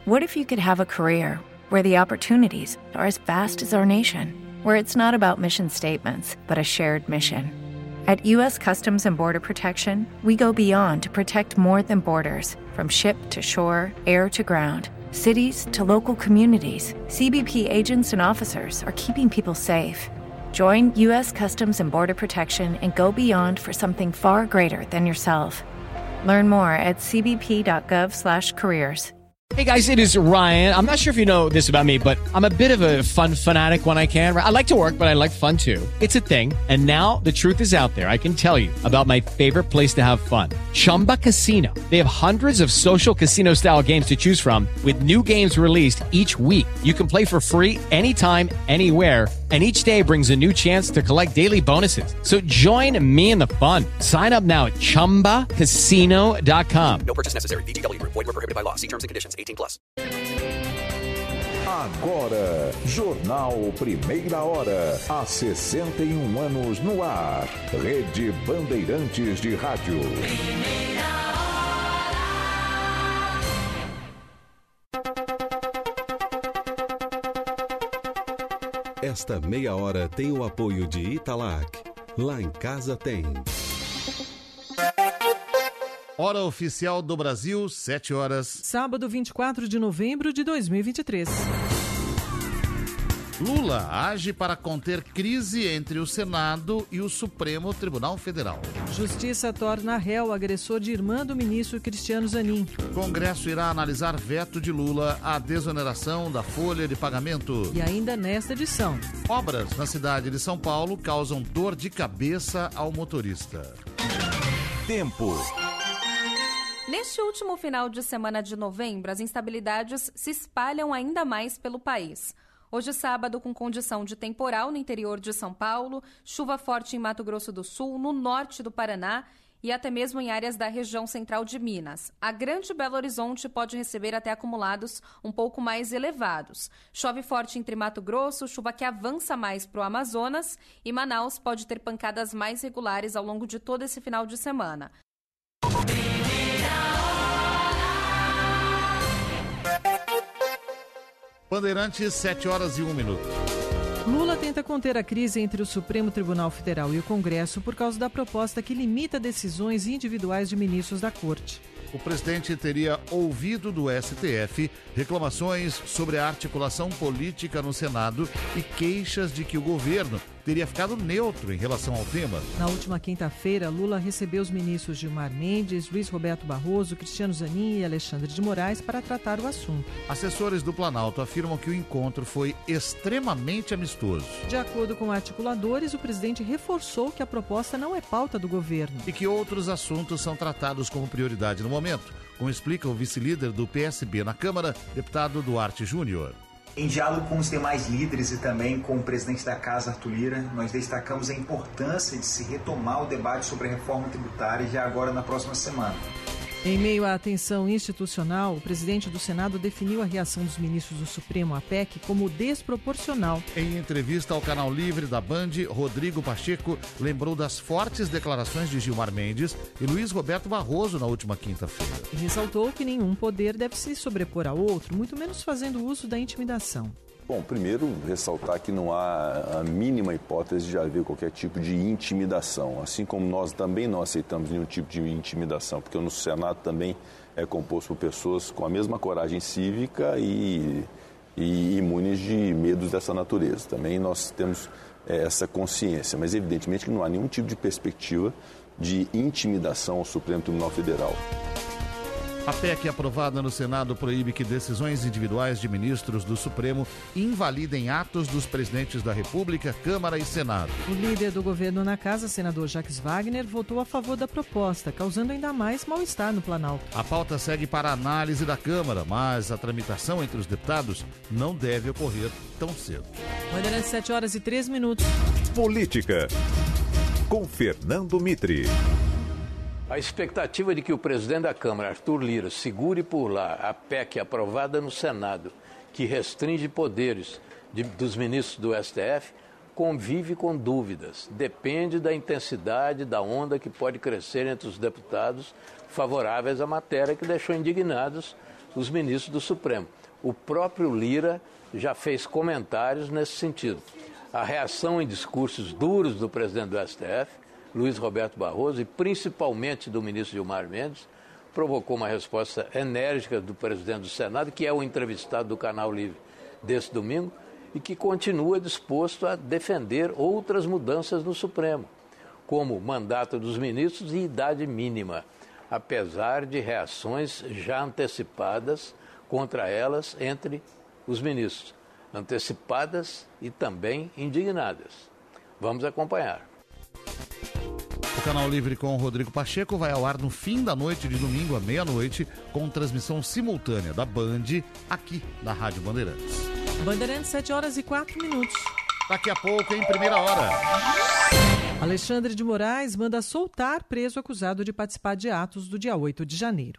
What if you could have a career where the opportunities are as vast as our nation, where it's not about mission statements, but a shared mission? At U.S. Customs and Border Protection, we go beyond to protect more than borders. From ship to shore, air to ground, cities to local communities, CBP agents and officers are keeping people safe. Join U.S. Customs and Border Protection and go beyond for something far greater than yourself. Learn more at cbp.gov/careers. Hey guys, it is Ryan. I'm not sure if you know this about me, but I'm a bit of a fun fanatic when I can. I like to work, but I like fun too. It's a thing. And now the truth is out there. I can tell you about my favorite place to have fun. Chumba Casino. They have hundreds of social casino style games to choose from with new games released each week. You can play for free anytime, anywhere. And each day brings a new chance to collect daily bonuses. So join me in the fun. Sign up now at ChumbaCasino.com. No purchase necessary. VGW. Void where prohibited by law. See terms and conditions. 18+. Agora, Jornal Primeira Hora. Há 61 anos no ar. Rede Bandeirantes de Rádio. Esta meia hora tem o apoio de Italac. Lá em casa tem. Hora oficial do Brasil, 7 horas. Sábado, 24 de novembro de 2023. Lula age para conter crise entre o Senado e o Supremo Tribunal Federal. Justiça torna réu agressor de irmã do ministro Cristiano Zanin. Congresso irá analisar veto de Lula à desoneração da folha de pagamento. E ainda nesta edição. Obras na cidade de São Paulo causam dor de cabeça ao motorista. Tempo. Neste último final de semana de novembro, as instabilidades se espalham ainda mais pelo país. Hoje, sábado, com condição de temporal no interior de São Paulo, chuva forte em Mato Grosso do Sul, no norte do Paraná e até mesmo em áreas da região central de Minas. A Grande Belo Horizonte pode receber até acumulados um pouco mais elevados. Chove forte entre Mato Grosso, chuva que avança mais para o Amazonas, e Manaus pode ter pancadas mais regulares ao longo de todo esse final de semana. Bandeirantes, 7 horas e 1 minuto. Lula tenta conter a crise entre o Supremo Tribunal Federal e o Congresso por causa da proposta que limita decisões individuais de ministros da Corte. O presidente teria ouvido do STF reclamações sobre a articulação política no Senado e queixas de que o governo teria ficado neutro em relação ao tema. Na última quinta-feira, Lula recebeu os ministros Gilmar Mendes, Luiz Roberto Barroso, Cristiano Zanin e Alexandre de Moraes para tratar o assunto. Assessores do Planalto afirmam que o encontro foi extremamente amistoso. De acordo com articuladores, o presidente reforçou que a proposta não é pauta do governo. E que outros assuntos são tratados como prioridade no momento, como explica o vice-líder do PSB na Câmara, deputado Duarte Júnior. Em diálogo com os demais líderes e também com o presidente da Casa, Arthur Lira, nós destacamos a importância de se retomar o debate sobre a reforma tributária já agora na próxima semana. Em meio à tensão institucional, o presidente do Senado definiu a reação dos ministros do Supremo à PEC como desproporcional. Em entrevista ao Canal Livre da Band, Rodrigo Pacheco lembrou das fortes declarações de Gilmar Mendes e Luiz Roberto Barroso na última quinta-feira. E ressaltou que nenhum poder deve se sobrepor a outro, muito menos fazendo uso da intimidação. Bom, primeiro, ressaltar que não há a mínima hipótese de haver qualquer tipo de intimidação, assim como nós também não aceitamos nenhum tipo de intimidação, porque o nosso Senado também é composto por pessoas com a mesma coragem cívica e imunes de medos dessa natureza. Também nós temos essa consciência, mas evidentemente que não há nenhum tipo de perspectiva de intimidação ao Supremo Tribunal Federal. A PEC aprovada no Senado proíbe que decisões individuais de ministros do Supremo invalidem atos dos presidentes da República, Câmara e Senado. O líder do governo na Casa, senador Jacques Wagner, votou a favor da proposta, causando ainda mais mal-estar no Planalto. A pauta segue para a análise da Câmara, mas a tramitação entre os deputados não deve ocorrer tão cedo. Bandeirantes, 7 horas e 3 minutos. Política, com Fernando Mitre. A expectativa de que o presidente da Câmara, Arthur Lira, segure por lá a PEC aprovada no Senado, que restringe poderes dos ministros do STF, convive com dúvidas. Depende da intensidade da onda que pode crescer entre os deputados favoráveis à matéria, que deixou indignados os ministros do Supremo. O próprio Lira já fez comentários nesse sentido. A reação em discursos duros do presidente do STF, Luiz Roberto Barroso, e principalmente do ministro Gilmar Mendes, provocou uma resposta enérgica do presidente do Senado, que é o entrevistado do Canal Livre desse domingo, e que continua disposto a defender outras mudanças no Supremo, como mandato dos ministros e idade mínima, apesar de reações já antecipadas contra elas entre os ministros, antecipadas e também indignadas. Vamos acompanhar. O Canal Livre com o Rodrigo Pacheco vai ao ar no fim da noite de domingo à meia-noite, com transmissão simultânea da Band, aqui na Rádio Bandeirantes. Bandeirantes, 7h04. Daqui a pouco, em primeira hora. Alexandre de Moraes manda soltar preso acusado de participar de atos do dia 8 de janeiro.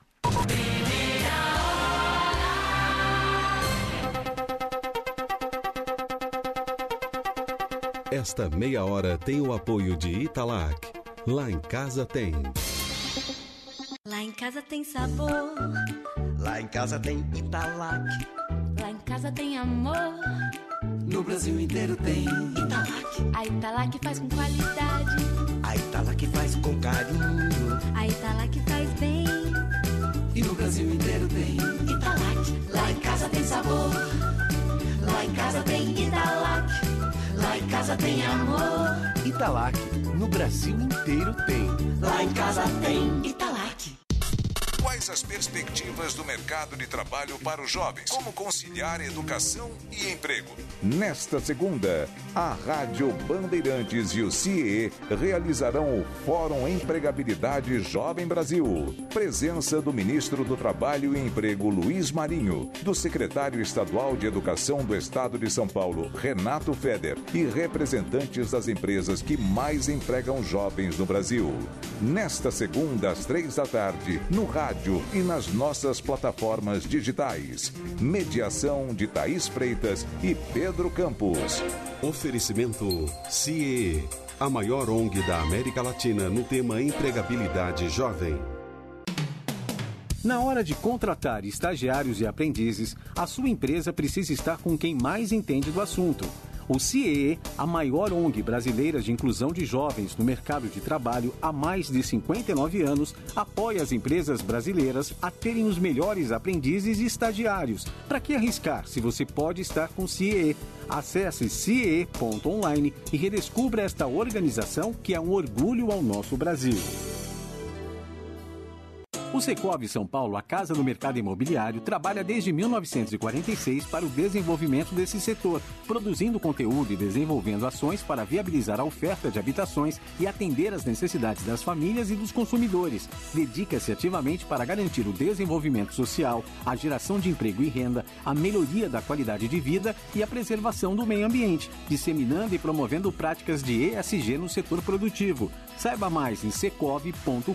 Esta meia hora tem o apoio de Italac. Lá em casa tem. Lá em casa tem sabor. Lá em casa tem Italac. Lá em casa tem amor. No Brasil inteiro tem Italac. A Italac faz com qualidade. A Italac faz com carinho. A Italac faz bem. E no Brasil inteiro tem Italac. Lá em casa tem sabor. Lá em casa tem Italac. Lá em casa tem amor. Italac. No Brasil inteiro tem. Lá em casa tem Italac. Quais as perspectivas do mercado de trabalho para os jovens? Como conciliar educação e emprego? Nesta segunda, a Rádio Bandeirantes e o CIE realizarão o Fórum Empregabilidade Jovem Brasil. Presença do ministro do Trabalho e Emprego, Luiz Marinho, do secretário estadual de Educação do Estado de São Paulo, Renato Feder, e representantes das empresas que mais empregam jovens no Brasil. Nesta segunda, às 3h, no rádio e nas nossas plataformas digitais. Mediação de Thaís Freitas e Pedro Campos. Oferecimento CIE, a maior ONG da América Latina no tema empregabilidade jovem. Na hora de contratar estagiários e aprendizes, a sua empresa precisa estar com quem mais entende do assunto. O CIE, a maior ONG brasileira de inclusão de jovens no mercado de trabalho há mais de 59 anos, apoia as empresas brasileiras a terem os melhores aprendizes e estagiários. Para que arriscar se você pode estar com o CIE? Acesse cie.online e redescubra esta organização que é um orgulho ao nosso Brasil. O Secovi São Paulo, a Casa do Mercado Imobiliário, trabalha desde 1946 para o desenvolvimento desse setor, produzindo conteúdo e desenvolvendo ações para viabilizar a oferta de habitações e atender às necessidades das famílias e dos consumidores. Dedica-se ativamente para garantir o desenvolvimento social, a geração de emprego e renda, a melhoria da qualidade de vida e a preservação do meio ambiente, disseminando e promovendo práticas de ESG no setor produtivo. Saiba mais em secov.com.br.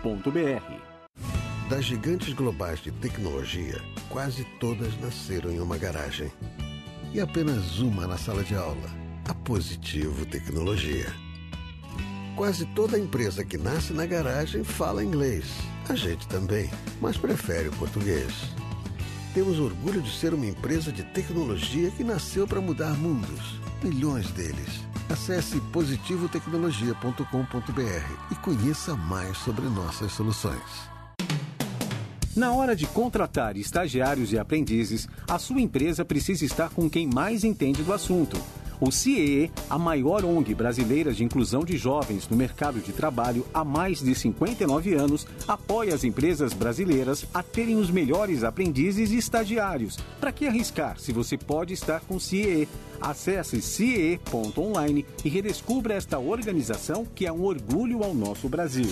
Das gigantes globais de tecnologia, quase todas nasceram em uma garagem. E apenas uma na sala de aula, a Positivo Tecnologia. Quase toda empresa que nasce na garagem fala inglês. A gente também, mas prefere o português. Temos orgulho de ser uma empresa de tecnologia que nasceu para mudar mundos. Milhões deles. Acesse positivotecnologia.com.br e conheça mais sobre nossas soluções. Na hora de contratar estagiários e aprendizes, a sua empresa precisa estar com quem mais entende do assunto. O CIE, a maior ONG brasileira de inclusão de jovens no mercado de trabalho há mais de 59 anos, apoia as empresas brasileiras a terem os melhores aprendizes e estagiários. Para que arriscar se você pode estar com o CIE? Acesse cie.online e redescubra esta organização que é um orgulho ao nosso Brasil.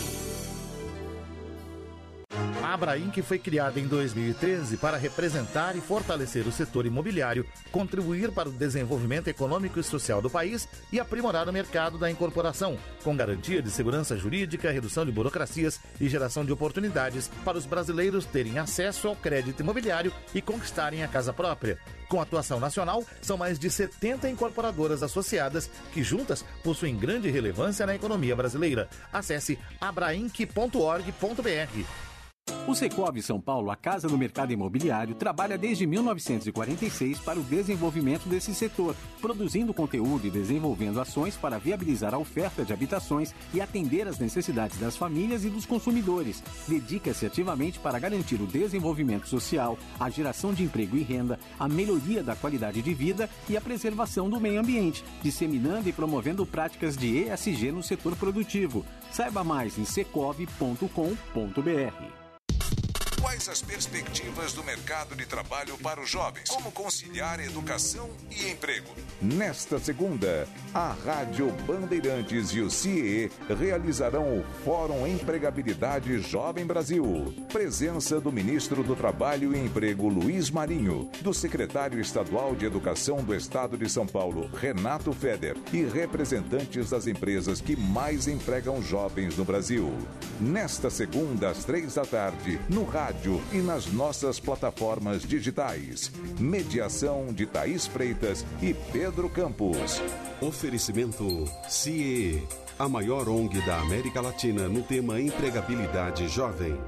A Abrainc foi criada em 2013 para representar e fortalecer o setor imobiliário, contribuir para o desenvolvimento econômico e social do país e aprimorar o mercado da incorporação, com garantia de segurança jurídica, redução de burocracias e geração de oportunidades para os brasileiros terem acesso ao crédito imobiliário e conquistarem a casa própria. Com atuação nacional, são mais de 70 incorporadoras associadas que juntas possuem grande relevância na economia brasileira. Acesse abrainc.org.br. O Secovi São Paulo, a Casa do Mercado Imobiliário, trabalha desde 1946 para o desenvolvimento desse setor, produzindo conteúdo e desenvolvendo ações para viabilizar a oferta de habitações e atender às necessidades das famílias e dos consumidores. Dedica-se ativamente para garantir o desenvolvimento social, a geração de emprego e renda, a melhoria da qualidade de vida e a preservação do meio ambiente, disseminando e promovendo práticas de ESG no setor produtivo. Saiba mais em secov.com.br. Quais as perspectivas do mercado de trabalho para os jovens? Como conciliar educação e emprego? Nesta segunda, a Rádio Bandeirantes e o CIE realizarão o Fórum Empregabilidade Jovem Brasil. Presença do Ministro do Trabalho e Emprego, Luiz Marinho, do Secretário Estadual de Educação do Estado de São Paulo, Renato Feder, e representantes das empresas que mais empregam jovens no Brasil. Nesta segunda, às 15h, no rádio e nas nossas plataformas digitais. Mediação de Thaís Freitas e Pedro Campos. Oferecimento CIE, a maior ONG da América Latina no tema empregabilidade jovem.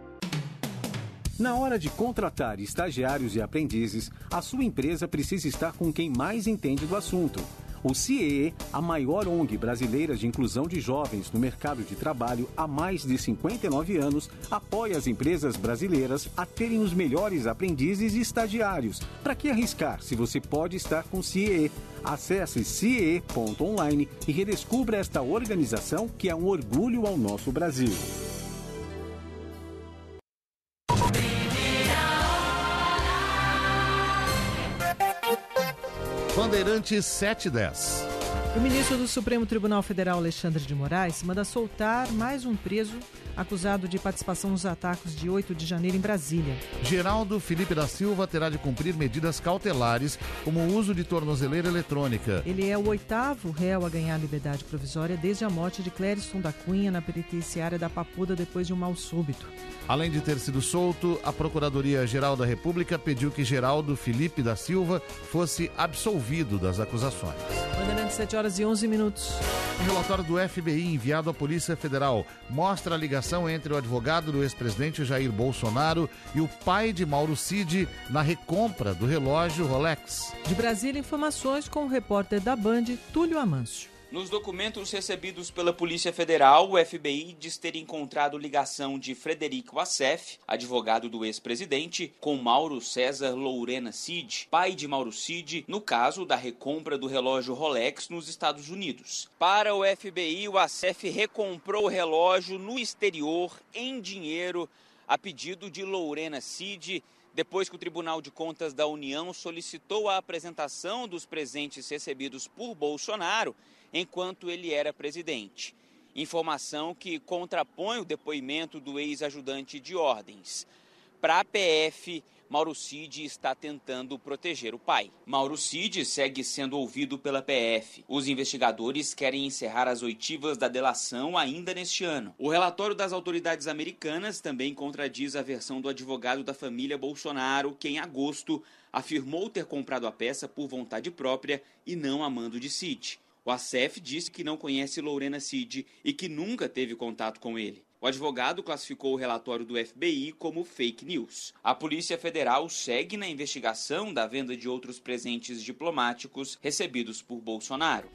Na hora de contratar estagiários e aprendizes, a sua empresa precisa estar com quem mais entende do assunto. O CIE, a maior ONG brasileira de inclusão de jovens no mercado de trabalho há mais de 59 anos, apoia as empresas brasileiras a terem os melhores aprendizes e estagiários. Para que arriscar se você pode estar com o CIE? Acesse cie.online e redescubra esta organização que é um orgulho ao nosso Brasil. Bandeirantes 710. O ministro do Supremo Tribunal Federal, Alexandre de Moraes, manda soltar mais um preso acusado de participação nos ataques de 8 de janeiro em Brasília. Geraldo Felipe da Silva terá de cumprir medidas cautelares, como o uso de tornozeleira eletrônica. Ele é o 8º réu a ganhar liberdade provisória desde a morte de Clériston da Cunha na penitenciária da Papuda depois de um mal súbito. Além de ter sido solto, a Procuradoria-Geral da República pediu que Geraldo Felipe da Silva fosse absolvido das acusações. Bandeirantes 7h11. O relatório do FBI enviado à Polícia Federal mostra a ligação entre o advogado do ex-presidente Jair Bolsonaro e o pai de Mauro Cid na recompra do relógio Rolex. De Brasília, informações com o repórter da Band, Túlio Amâncio. Nos documentos recebidos pela Polícia Federal, o FBI diz ter encontrado ligação de Frederico Assef, advogado do ex-presidente, com Mauro César Lourena Cid, pai de Mauro Cid, no caso da recompra do relógio Rolex nos Estados Unidos. Para o FBI, o Assef recomprou o relógio no exterior, em dinheiro, a pedido de Lourena Cid, depois que o Tribunal de Contas da União solicitou a apresentação dos presentes recebidos por Bolsonaro enquanto ele era presidente. Informação que contrapõe o depoimento do ex-ajudante de ordens. Para a PF, Mauro Cid está tentando proteger o pai. Mauro Cid segue sendo ouvido pela PF. Os investigadores querem encerrar as oitivas da delação ainda neste ano. O relatório das autoridades americanas também contradiz a versão do advogado da família Bolsonaro, que em agosto afirmou ter comprado a peça por vontade própria e não a mando de Cid. O Assef disse que não conhece Lourena Cid e que nunca teve contato com ele. O advogado classificou o relatório do FBI como fake news. A Polícia Federal segue na investigação da venda de outros presentes diplomáticos recebidos por Bolsonaro.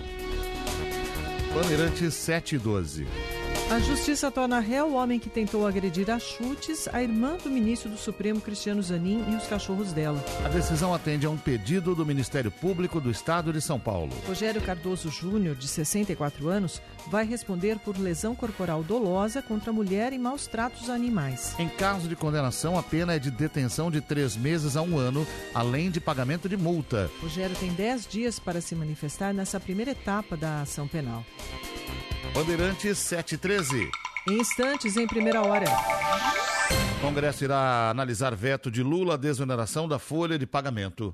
Bandeirantes 712. A Justiça torna réu o homem que tentou agredir a chutes a irmã do ministro do Supremo, Cristiano Zanin, e os cachorros dela. A decisão atende a um pedido do Ministério Público do Estado de São Paulo. Rogério Cardoso Júnior, de 64 anos, vai responder por lesão corporal dolosa contra a mulher e maus tratos a animais. Em caso de condenação, a pena é de detenção de 3 meses a 1 ano, além de pagamento de multa. Rogério tem 10 dias para se manifestar nessa primeira etapa da ação penal. Bandeirantes 713. Em instantes, em primeira hora. O Congresso irá analisar veto de Lula à desoneração da folha de pagamento.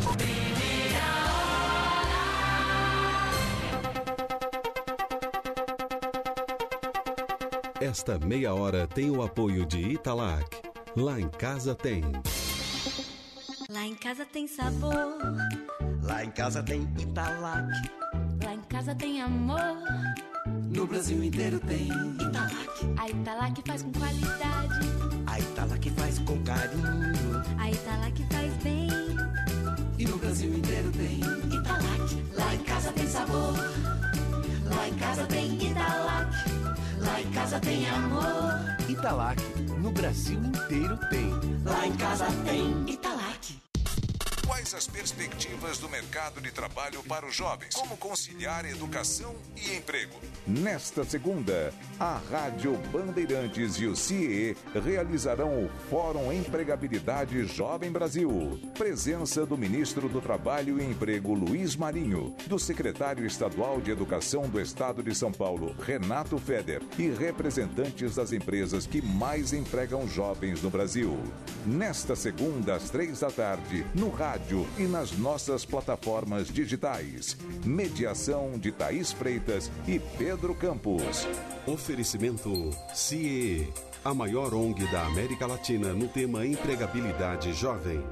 Esta meia hora tem o apoio de Italac. Lá em casa tem. Lá em casa tem sabor. Lá em casa tem Italac. Lá em casa tem amor. No Brasil inteiro tem Italac. A Italac faz com qualidade. A Italac faz com carinho. A Italac faz bem. E no Brasil inteiro tem Italac. Lá em casa tem sabor. Lá em casa tem Italac. Lá em casa tem amor. Italac. No Brasil inteiro tem. Lá em casa tem Italac. Quais as perspectivas do mercado de trabalho para os jovens? Como conciliar educação e emprego? Nesta segunda, a Rádio Bandeirantes e o CIE realizarão o Fórum Empregabilidade Jovem Brasil. Presença do ministro do Trabalho e Emprego, Luiz Marinho, do secretário estadual de Educação do Estado de São Paulo, Renato Feder, e representantes das empresas que mais empregam jovens no Brasil. Nesta segunda, às 15h, no rádio e nas nossas plataformas digitais. Mediação de Thaís Freitas e Pedro Campos. Oferecimento CIE, a maior ONG da América Latina no tema empregabilidade jovem.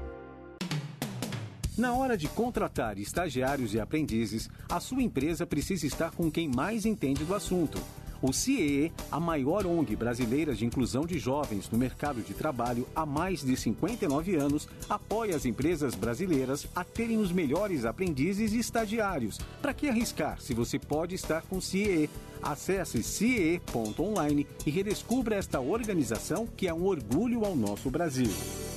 Na hora de contratar estagiários e aprendizes, a sua empresa precisa estar com quem mais entende do assunto. O CIE, a maior ONG brasileira de inclusão de jovens no mercado de trabalho há mais de 59 anos, apoia as empresas brasileiras a terem os melhores aprendizes e estagiários. Para que arriscar se você pode estar com o CIE? Acesse cie.online e redescubra esta organização que é um orgulho ao nosso Brasil.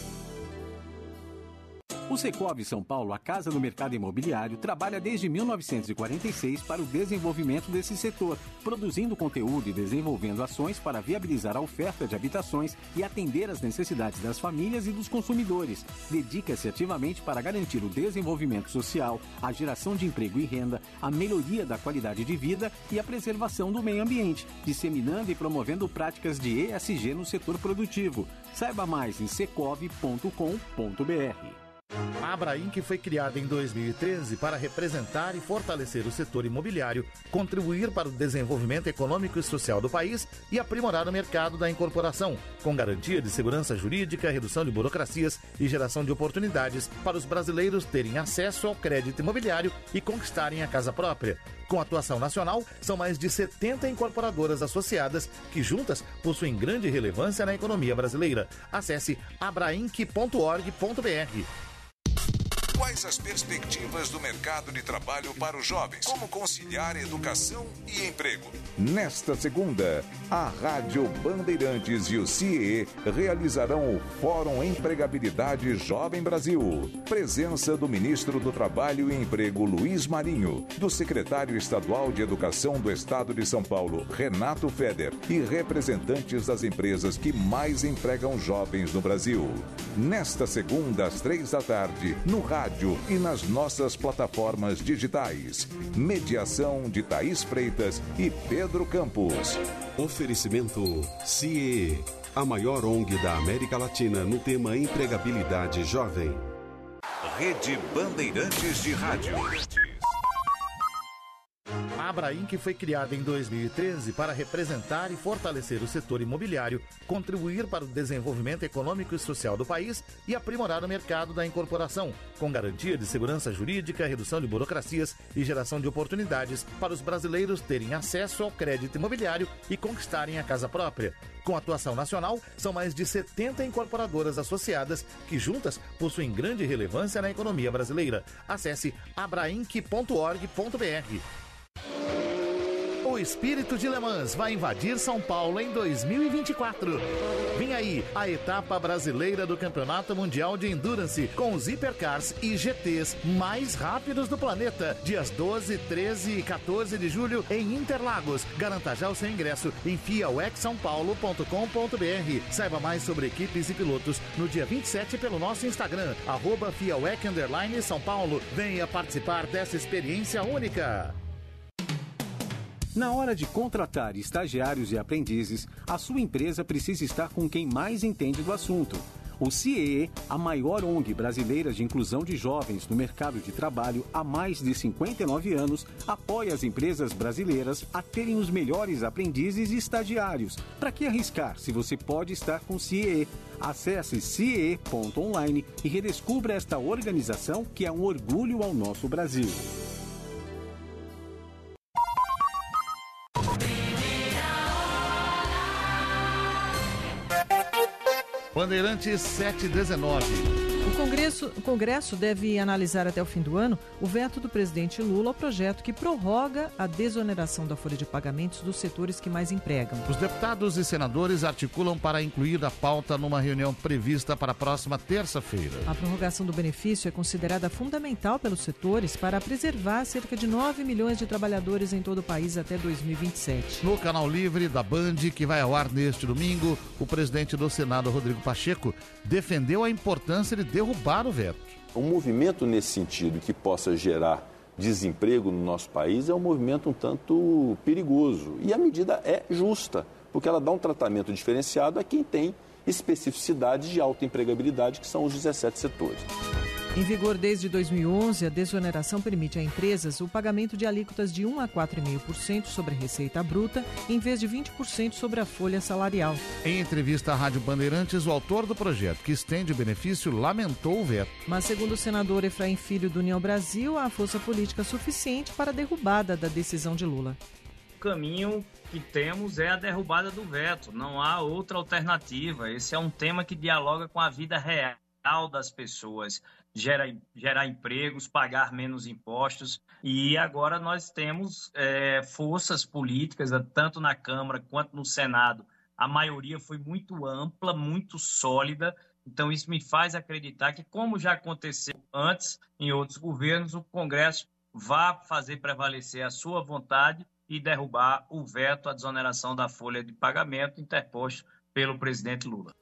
O Secovi São Paulo, a Casa do Mercado Imobiliário, trabalha desde 1946 para o desenvolvimento desse setor, produzindo conteúdo e desenvolvendo ações para viabilizar a oferta de habitações e atender às necessidades das famílias e dos consumidores. Dedica-se ativamente para garantir o desenvolvimento social, a geração de emprego e renda, a melhoria da qualidade de vida e a preservação do meio ambiente, disseminando e promovendo práticas de ESG no setor produtivo. Saiba mais em secov.com.br. A Abrainc foi criada em 2013 para representar e fortalecer o setor imobiliário, contribuir para o desenvolvimento econômico e social do país e aprimorar o mercado da incorporação, com garantia de segurança jurídica, redução de burocracias e geração de oportunidades para os brasileiros terem acesso ao crédito imobiliário e conquistarem a casa própria. Com atuação nacional, são mais de 70 incorporadoras associadas que juntas possuem grande relevância na economia brasileira. Acesse abrainc.org.br. Quais as perspectivas do mercado de trabalho para os jovens? Como conciliar educação e emprego? Nesta segunda, a Rádio Bandeirantes e o CIE realizarão o Fórum Empregabilidade Jovem Brasil. Presença do ministro do Trabalho e Emprego, Luiz Marinho, do secretário estadual de Educação do Estado de São Paulo, Renato Feder, e representantes das empresas que mais empregam jovens no Brasil. Nesta segunda, às 15h, no rádio e nas nossas plataformas digitais. Mediação de Thaís Freitas e Pedro Campos. Oferecimento CIE, a maior ONG da América Latina no tema empregabilidade jovem. Rede Bandeirantes de Rádio. A Abrainc foi criada em 2013 para representar e fortalecer o setor imobiliário, contribuir para o desenvolvimento econômico e social do país e aprimorar o mercado da incorporação, com garantia de segurança jurídica, redução de burocracias e geração de oportunidades para os brasileiros terem acesso ao crédito imobiliário e conquistarem a casa própria. Com atuação nacional, são mais de 70 incorporadoras associadas que juntas possuem grande relevância na economia brasileira. Acesse abrainc.org.br. O espírito de Le Mans vai invadir São Paulo em 2024. Vem aí a etapa brasileira do Campeonato Mundial de Endurance com os hipercars e GTs mais rápidos do planeta. Dias 12, 13 e 14 de julho em Interlagos. Garanta já o seu ingresso em fiawecsaopaulo.com.br. Saiba mais sobre equipes e pilotos no dia 27 pelo nosso Instagram, @fiawec_São Paulo. Venha participar dessa experiência única. Na hora de contratar estagiários e aprendizes, a sua empresa precisa estar com quem mais entende do assunto. O CIE, a maior ONG brasileira de inclusão de jovens no mercado de trabalho há mais de 59 anos, apoia as empresas brasileiras a terem os melhores aprendizes e estagiários. Para que arriscar se você pode estar com o CIE? Acesse cie.online e redescubra esta organização que é um orgulho ao nosso Brasil. Bandeirantes 719. O Congresso deve analisar até o fim do ano o veto do presidente Lula ao projeto que prorroga a desoneração da folha de pagamentos dos setores que mais empregam. Os deputados e senadores articulam para incluir a pauta numa reunião prevista para a próxima terça-feira. A prorrogação do benefício é considerada fundamental pelos setores para preservar cerca de 9 milhões de trabalhadores em todo o país até 2027. No canal Livre da Band, que vai ao ar neste domingo, o presidente do Senado, Rodrigo Pacheco, defendeu a importância de derrubar o veto. Um movimento nesse sentido que possa gerar desemprego no nosso país é um movimento um tanto perigoso. E a medida é justa, porque ela dá um tratamento diferenciado a quem tem especificidades de alta empregabilidade, que são os 17 setores. Em vigor desde 2011, a desoneração permite a empresas o pagamento de alíquotas de 1% a 4,5% sobre a receita bruta, em vez de 20% sobre a folha salarial. Em entrevista à Rádio Bandeirantes, o autor do projeto, que estende o benefício, lamentou o veto. Mas, segundo o senador Efraim Filho do União Brasil, há força política suficiente para a derrubada da decisão de Lula. O caminho que temos é a derrubada do veto, não há outra alternativa. Esse é um tema que dialoga com a vida real das pessoas. Gerar empregos, pagar menos impostos. E agora nós temos forças políticas, tanto na Câmara quanto no Senado. A maioria foi muito ampla, muito sólida. Então isso me faz acreditar que, como já aconteceu antes em outros governos, o Congresso vai fazer prevalecer a sua vontade e derrubar o veto à desoneração da folha de pagamento interposto pelo presidente Lula.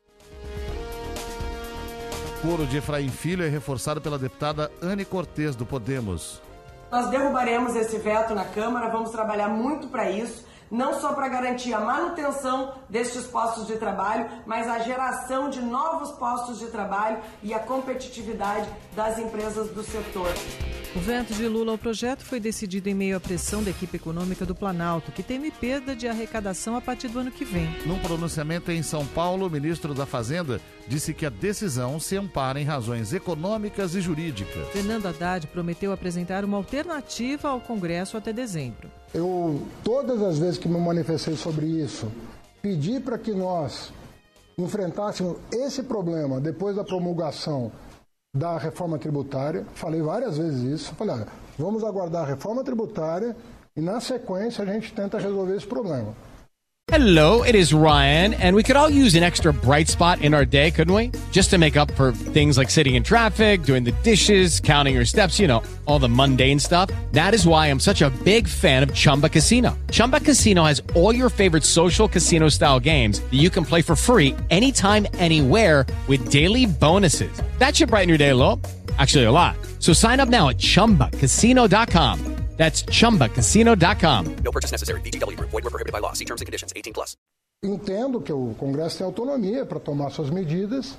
O coro de Efraim Filho é reforçado pela deputada Anne Cortez, do Podemos. Nós derrubaremos esse veto na Câmara, vamos trabalhar muito para isso, não só para garantir a manutenção destes postos de trabalho, mas a geração de novos postos de trabalho e a competitividade das empresas do setor. O veto de Lula ao projeto foi decidido em meio à pressão da equipe econômica do Planalto, que teme perda de arrecadação a partir do ano que vem. Num pronunciamento em São Paulo, o ministro da Fazenda disse que a decisão se ampara em razões econômicas e jurídicas. Fernando Haddad prometeu apresentar uma alternativa ao Congresso até dezembro. Eu, todas as vezes que me manifestei sobre isso, pedi para que nós enfrentássemos esse problema depois da promulgação da reforma tributária. Falei várias vezes isso. Falei, vamos aguardar a reforma tributária e, na sequência, a gente tenta resolver esse problema. Hello, it is Ryan, and we could all use an extra bright spot in our day, couldn't we? Just to make up for things like sitting in traffic, doing the dishes, counting your steps, you know, all the mundane stuff. That is why I'm such a big fan of Chumba Casino. Chumba Casino has all your favorite social casino-style games that you can play for free anytime, anywhere with daily bonuses. That should brighten your day a little. Actually, a lot. So sign up now at ChumbaCasino.com. That's ChumbaCasino.com. No purchase necessary. VGW Group. Void where prohibited by law. See terms and conditions. 18+. Entendo que o Congresso tem autonomia para tomar suas medidas,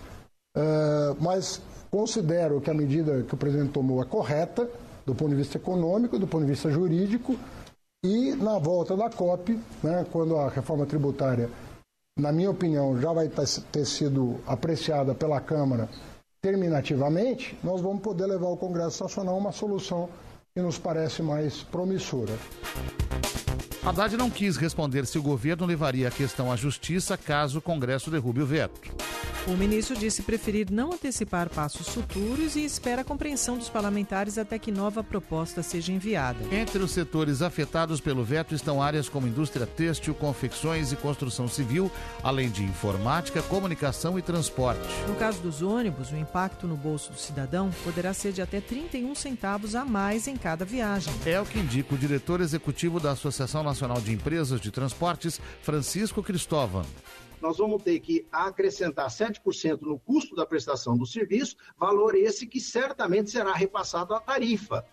mas considero que a medida que o presidente tomou é correta, do ponto de vista econômico, do ponto de vista jurídico, e na volta da COP, né, quando a reforma tributária, na minha opinião, já vai ter sido apreciada pela Câmara terminativamente, nós vamos poder levar ao Congresso Nacional uma solução que nos parece mais promissora. Haddad não quis responder se o governo levaria a questão à justiça caso o Congresso derrube o veto. O ministro disse preferir não antecipar passos futuros e espera a compreensão dos parlamentares até que nova proposta seja enviada. Entre os setores afetados pelo veto estão áreas como indústria têxtil, confecções e construção civil, além de informática, comunicação e transporte. No caso dos ônibus, o impacto no bolso do cidadão poderá ser de até 31 centavos a mais em cada viagem. É o que indica o diretor executivo da Associação Nacional de Empresas de Transportes, Francisco Cristóvão. Nós vamos ter que acrescentar 7% no custo da prestação do serviço, valor esse que certamente será repassado à tarifa.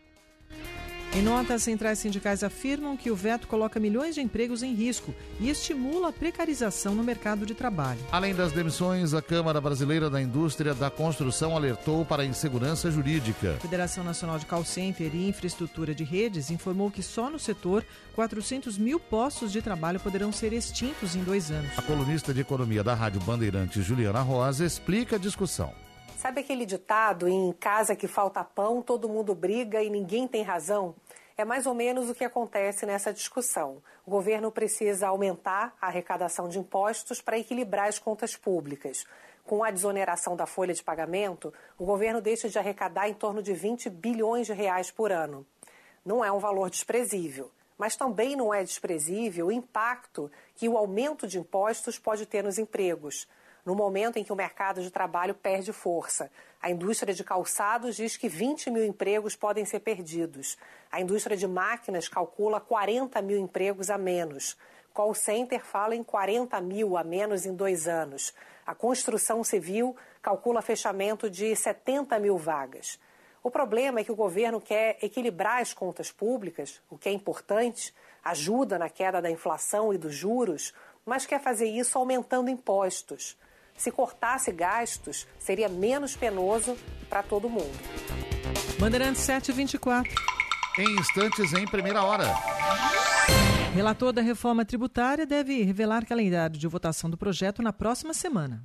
Em nota, as centrais sindicais afirmam que o veto coloca milhões de empregos em risco e estimula a precarização no mercado de trabalho. Além das demissões, a Câmara Brasileira da Indústria da Construção alertou para a insegurança jurídica. A Federação Nacional de Call Center e Infraestrutura de Redes informou que só no setor 400 mil postos de trabalho poderão ser extintos em 2 anos. A colunista de economia da Rádio Bandeirantes, Juliana Rosa, explica a discussão. Sabe aquele ditado, em casa que falta pão, todo mundo briga e ninguém tem razão? É mais ou menos o que acontece nessa discussão. O governo precisa aumentar a arrecadação de impostos para equilibrar as contas públicas. Com a desoneração da folha de pagamento, o governo deixa de arrecadar em torno de 20 bilhões de reais por ano. Não é um valor desprezível, mas também não é desprezível o impacto que o aumento de impostos pode ter nos empregos, no momento em que o mercado de trabalho perde força. A indústria de calçados diz que 20 mil empregos podem ser perdidos. A indústria de máquinas calcula 40 mil empregos a menos. Call Center fala em 40 mil a menos em 2 anos. A construção civil calcula fechamento de 70 mil vagas. O problema é que o governo quer equilibrar as contas públicas, o que é importante, ajuda na queda da inflação e dos juros, mas quer fazer isso aumentando impostos. Se cortasse gastos, seria menos penoso para todo mundo. Bandeirantes 7h24. Em instantes, em primeira hora. Relator da reforma tributária deve revelar calendário de votação do projeto na próxima semana.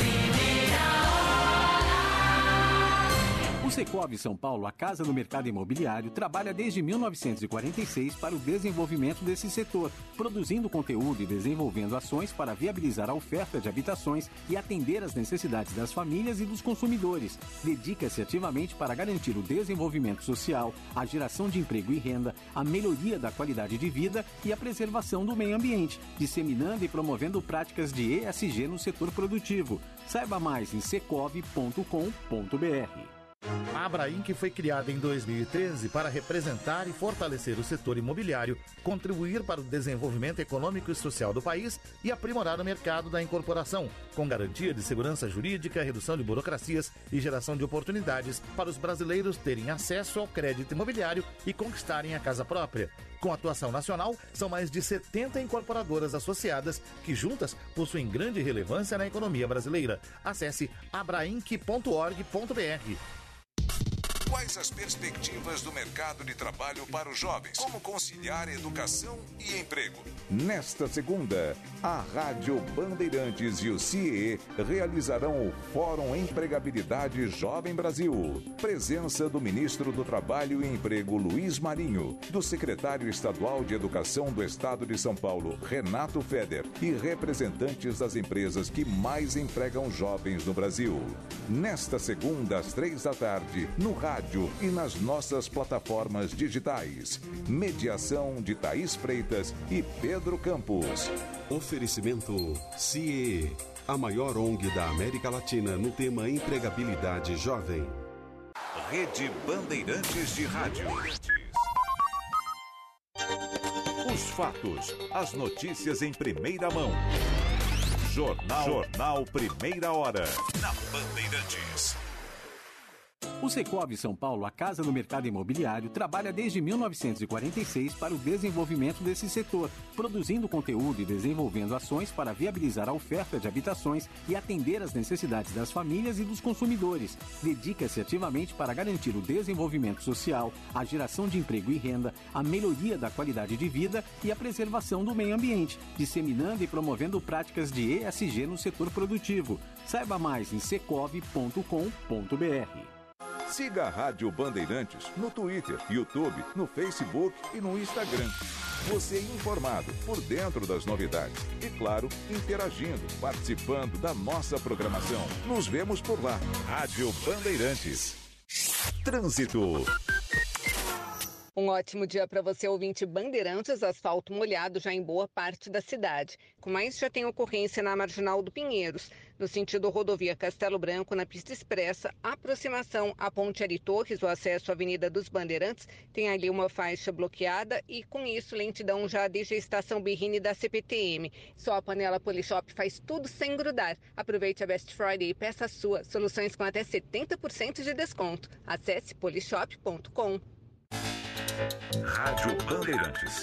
O Secovi São Paulo, a Casa do Mercado Imobiliário, trabalha desde 1946 para o desenvolvimento desse setor, produzindo conteúdo e desenvolvendo ações para viabilizar a oferta de habitações e atender às necessidades das famílias e dos consumidores. Dedica-se ativamente para garantir o desenvolvimento social, a geração de emprego e renda, a melhoria da qualidade de vida e a preservação do meio ambiente, disseminando e promovendo práticas de ESG no setor produtivo. Saiba mais em secov.com.br. A Abrainc foi criada em 2013 para representar e fortalecer o setor imobiliário, contribuir para o desenvolvimento econômico e social do país e aprimorar o mercado da incorporação, com garantia de segurança jurídica, redução de burocracias e geração de oportunidades para os brasileiros terem acesso ao crédito imobiliário e conquistarem a casa própria. Com atuação nacional, são mais de 70 incorporadoras associadas que juntas possuem grande relevância na economia brasileira. Acesse abrainc.org.br. Quais as perspectivas do mercado de trabalho para os jovens? Como conciliar educação e emprego? Nesta segunda, a Rádio Bandeirantes e o CIE realizarão o Fórum Empregabilidade Jovem Brasil. Presença do Ministro do Trabalho e Emprego, Luiz Marinho, do Secretário Estadual de Educação do Estado de São Paulo, Renato Feder, e representantes das empresas que mais empregam jovens no Brasil. Nesta segunda, às 15h, no rádio e nas nossas plataformas digitais. Mediação de Thaís Freitas e Pedro Campos. Oferecimento CIE, a maior ONG da América Latina no tema empregabilidade jovem. Rede Bandeirantes de Rádio. Os fatos, as notícias em primeira mão. Jornal Primeira Hora. Na Bandeirantes. O Secovi São Paulo, a Casa do Mercado Imobiliário, trabalha desde 1946 para o desenvolvimento desse setor, produzindo conteúdo e desenvolvendo ações para viabilizar a oferta de habitações e atender às necessidades das famílias e dos consumidores. Dedica-se ativamente para garantir o desenvolvimento social, a geração de emprego e renda, a melhoria da qualidade de vida e a preservação do meio ambiente, disseminando e promovendo práticas de ESG no setor produtivo. Saiba mais em secov.com.br. Siga a Rádio Bandeirantes no Twitter, YouTube, no Facebook e no Instagram. Você é informado por dentro das novidades e, claro, interagindo, participando da nossa programação. Nos vemos por lá. Rádio Bandeirantes. Trânsito. Um ótimo dia para você, ouvinte Bandeirantes. Asfalto molhado já em boa parte da cidade. Com mais, já tem ocorrência na Marginal do Pinheiros. No sentido rodovia Castelo Branco, na pista expressa, aproximação à Ponte Ari Torres, o acesso à Avenida dos Bandeirantes, tem ali uma faixa bloqueada e, com isso, lentidão já desde a estação Berrini da CPTM. Só a panela Polishop faz tudo sem grudar. Aproveite a Best Friday e peça a sua. Soluções com até 70% de desconto. Acesse polishop.com. Rádio Bandeirantes.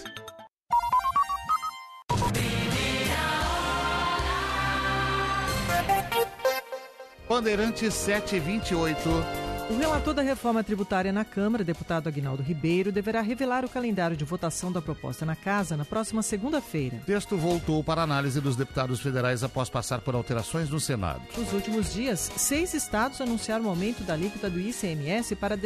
Bandeirantes 728. O relator da reforma tributária na Câmara, deputado Aguinaldo Ribeiro, deverá revelar o calendário de votação da proposta na Casa na próxima segunda-feira. O texto voltou para análise dos deputados federais após passar por alterações no Senado. Nos últimos dias, 6 estados anunciaram o aumento da alíquota do ICMS para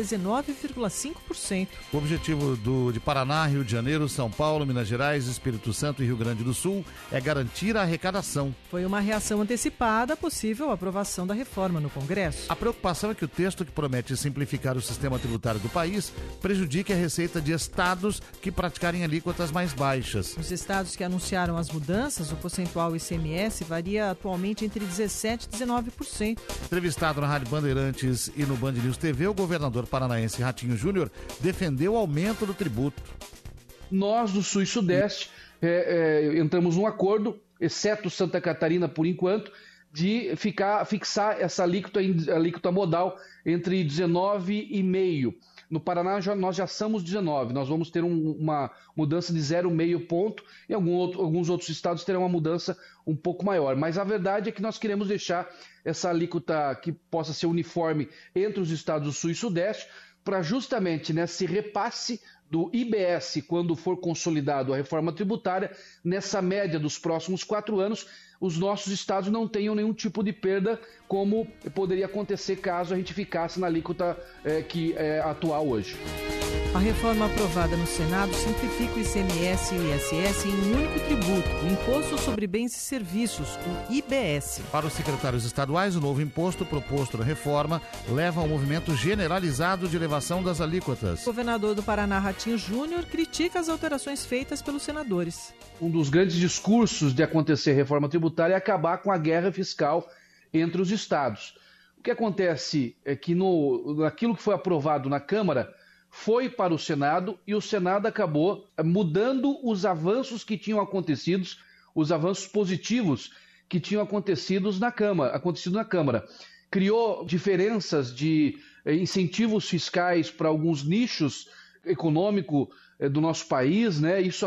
19,5%. O objetivo de Paraná, Rio de Janeiro, São Paulo, Minas Gerais, Espírito Santo e Rio Grande do Sul é garantir a arrecadação. Foi uma reação antecipada à possível aprovação da reforma no Congresso. A preocupação é que o texto que promete simplificar o sistema tributário do país prejudique a receita de estados que praticarem alíquotas mais baixas. Nos estados que anunciaram as mudanças, o percentual ICMS varia atualmente entre 17% e 19%. Entrevistado na Rádio Bandeirantes e no Band News TV, o governador paranaense Ratinho Júnior defendeu o aumento do tributo. Nós, do Sul e Sudeste, entramos num acordo, exceto Santa Catarina por enquanto, de fixar essa alíquota modal entre 19,5%. No Paraná nós já somos 19%, nós vamos ter uma mudança de 0,5 ponto, e alguns outros estados terão uma mudança um pouco maior. Mas a verdade é que nós queremos deixar essa alíquota que possa ser uniforme entre os estados do Sul e Sudeste, para justamente se repasse do IBS, quando for consolidado a reforma tributária, nessa média dos próximos 4 anos, os nossos estados não tenham nenhum tipo de perda, como poderia acontecer caso a gente ficasse na alíquota que é atual hoje. A reforma aprovada no Senado simplifica o ICMS e o ISS em um único tributo, o Imposto sobre Bens e Serviços, o IBS. Para os secretários estaduais, o novo imposto proposto na reforma leva a um movimento generalizado de elevação das alíquotas. O governador do Paraná, Ratinho Júnior, critica as alterações feitas pelos senadores. Um dos grandes discursos de acontecer a reforma tributária é acabar com a guerra fiscal entre os estados. O que acontece é que naquilo que foi aprovado na Câmara, foi para o Senado e o Senado acabou mudando os avanços que tinham acontecido, os avanços positivos que tinham acontecido na Câmara. Criou diferenças de incentivos fiscais para alguns nichos econômicos do nosso país, né? Isso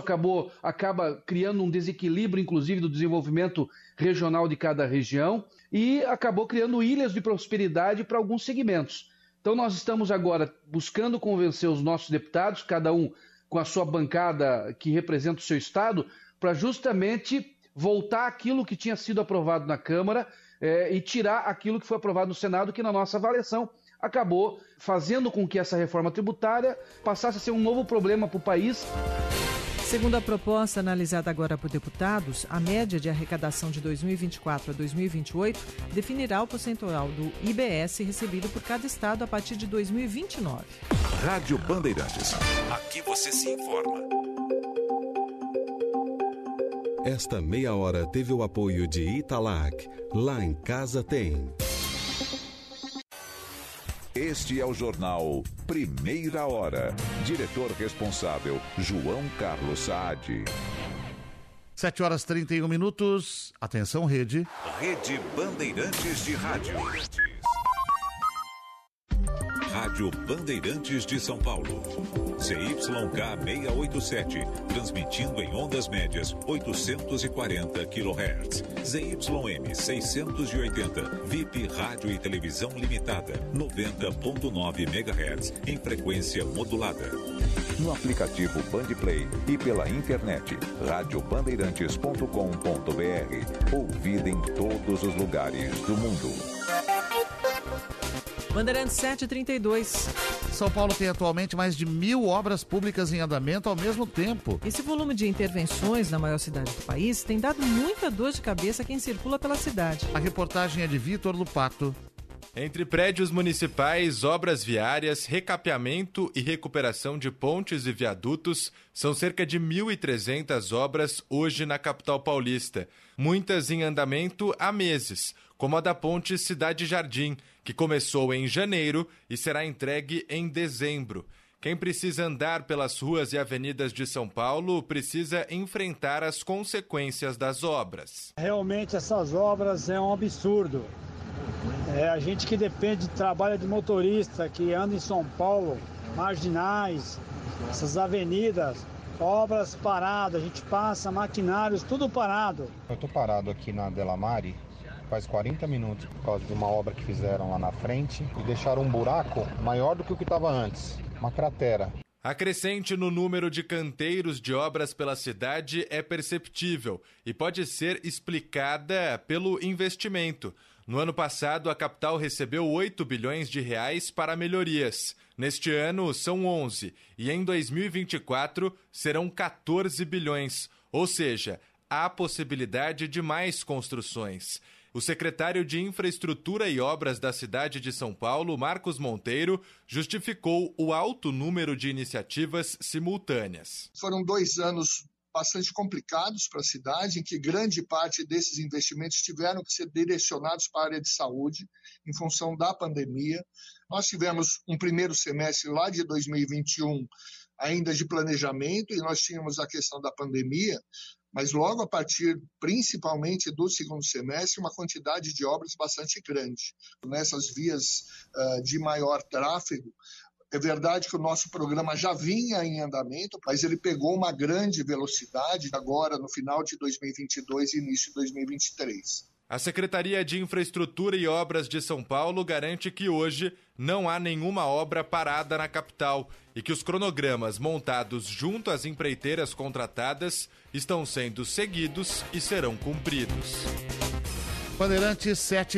acaba criando um desequilíbrio, inclusive, do desenvolvimento regional de cada região e acabou criando ilhas de prosperidade para alguns segmentos. Então nós estamos agora buscando convencer os nossos deputados, cada um com a sua bancada que representa o seu estado, para justamente voltar aquilo que tinha sido aprovado na Câmara e tirar aquilo que foi aprovado no Senado, que na nossa avaliação acabou fazendo com que essa reforma tributária passasse a ser um novo problema para o país. Segundo a proposta analisada agora por deputados, a média de arrecadação de 2024 a 2028 definirá o percentual do IBS recebido por cada estado a partir de 2029. Rádio Bandeirantes. Aqui você se informa. Esta meia hora teve o apoio de Italac. Lá em casa tem. Este é o jornal Primeira Hora. Diretor responsável, João Carlos Saad. 7h31. Atenção, Rede. Rede Bandeirantes de Rádio. Rádio Bandeirantes de São Paulo. CYK 687, transmitindo em ondas médias 840 kHz. ZYM 680, VIP Rádio e Televisão Limitada, 90.9 MHz, em frequência modulada. No aplicativo Bandplay e pela internet, radiobandeirantes.com.br. Ouvida em todos os lugares do mundo. Bandeirantes 732. São Paulo tem atualmente mais de 1.000 obras públicas em andamento ao mesmo tempo. Esse volume de intervenções na maior cidade do país tem dado muita dor de cabeça a quem circula pela cidade. A reportagem é de Vitor Lupato. Entre prédios municipais, obras viárias, recapeamento e recuperação de pontes e viadutos, são cerca de 1.300 obras hoje na capital paulista. Muitas em andamento há meses, como a da ponte Cidade Jardim, que começou em janeiro e será entregue em dezembro. Quem precisa andar pelas ruas e avenidas de São Paulo precisa enfrentar as consequências das obras. Realmente essas obras é um absurdo. A gente que depende de trabalho de motorista, que anda em São Paulo, marginais, essas avenidas, obras paradas, a gente passa, maquinários, tudo parado. Eu estou parado aqui na Delamare faz 40 minutos por causa de uma obra que fizeram lá na frente e deixaram um buraco maior do que o que estava antes, uma cratera. A crescente no número de canteiros de obras pela cidade é perceptível e pode ser explicada pelo investimento. No ano passado, a capital recebeu 8 bilhões de reais para melhorias. Neste ano, são 11 e em 2024 serão 14 bilhões, ou seja, há possibilidade de mais construções. O secretário de Infraestrutura e Obras da cidade de São Paulo, Marcos Monteiro, justificou o alto número de iniciativas simultâneas. Foram 2 anos bastante complicados para a cidade, em que grande parte desses investimentos tiveram que ser direcionados para a área de saúde, em função da pandemia. Nós tivemos um primeiro semestre lá de 2021 ainda de planejamento, e nós tínhamos a questão da pandemia, mas logo a partir, principalmente do segundo semestre, uma quantidade de obras bastante grande. Nessas vias de maior tráfego, é verdade que o nosso programa já vinha em andamento, mas ele pegou uma grande velocidade agora no final de 2022 e início de 2023. A Secretaria de Infraestrutura e Obras de São Paulo garante que hoje não há nenhuma obra parada na capital e que os cronogramas montados junto às empreiteiras contratadas estão sendo seguidos e serão cumpridos. Bandeirantes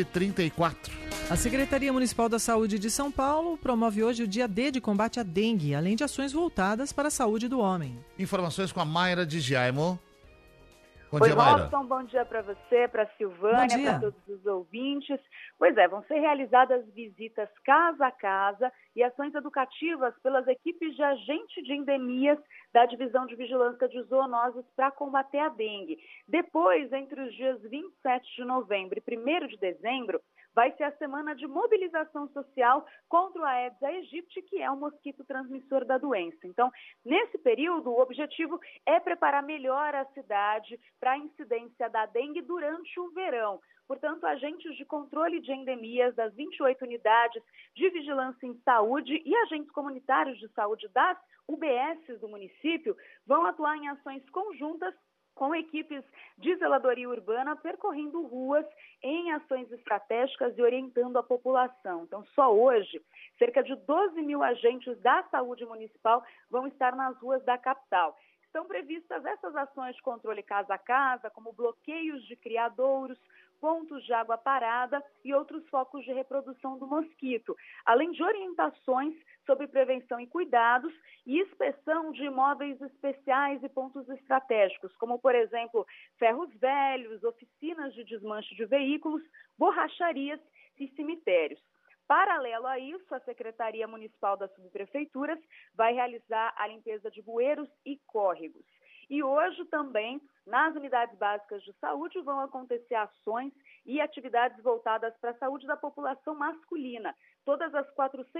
7h34. A Secretaria Municipal da Saúde de São Paulo promove hoje o Dia D de combate à dengue, além de ações voltadas para a saúde do homem. Informações com a Mayra de Giaimo. Bom Oi, dia, Mayra. Robson, bom dia para você, para a Silvânia, para todos os ouvintes. Pois é, vão ser realizadas visitas casa a casa e ações educativas pelas equipes de agente de endemias da Divisão de Vigilância de Zoonoses para combater a dengue. Depois, entre os dias 27 de novembro e 1º de dezembro, vai ser a semana de mobilização social contra o Aedes aegypti, que é o mosquito transmissor da doença. Então, nesse período, o objetivo é preparar melhor a cidade para a incidência da dengue durante o verão. Portanto, agentes de controle de endemias das 28 unidades de vigilância em saúde e agentes comunitários de saúde das UBSs do município vão atuar em ações conjuntas com equipes de zeladoria urbana percorrendo ruas em ações estratégicas e orientando a população. Então, só hoje, cerca de 12 mil agentes da saúde municipal vão estar nas ruas da capital. Estão previstas essas ações de controle casa a casa, como bloqueios de criadouros, pontos de água parada e outros focos de reprodução do mosquito, além de orientações sobre prevenção e cuidados e inspeção de imóveis especiais e pontos estratégicos, como, por exemplo, ferros velhos, oficinas de desmanche de veículos, borracharias e cemitérios. Paralelo a isso, a Secretaria Municipal das Subprefeituras vai realizar a limpeza de bueiros e córregos. E hoje também, nas unidades básicas de saúde, vão acontecer ações e atividades voltadas para a saúde da população masculina. Todas as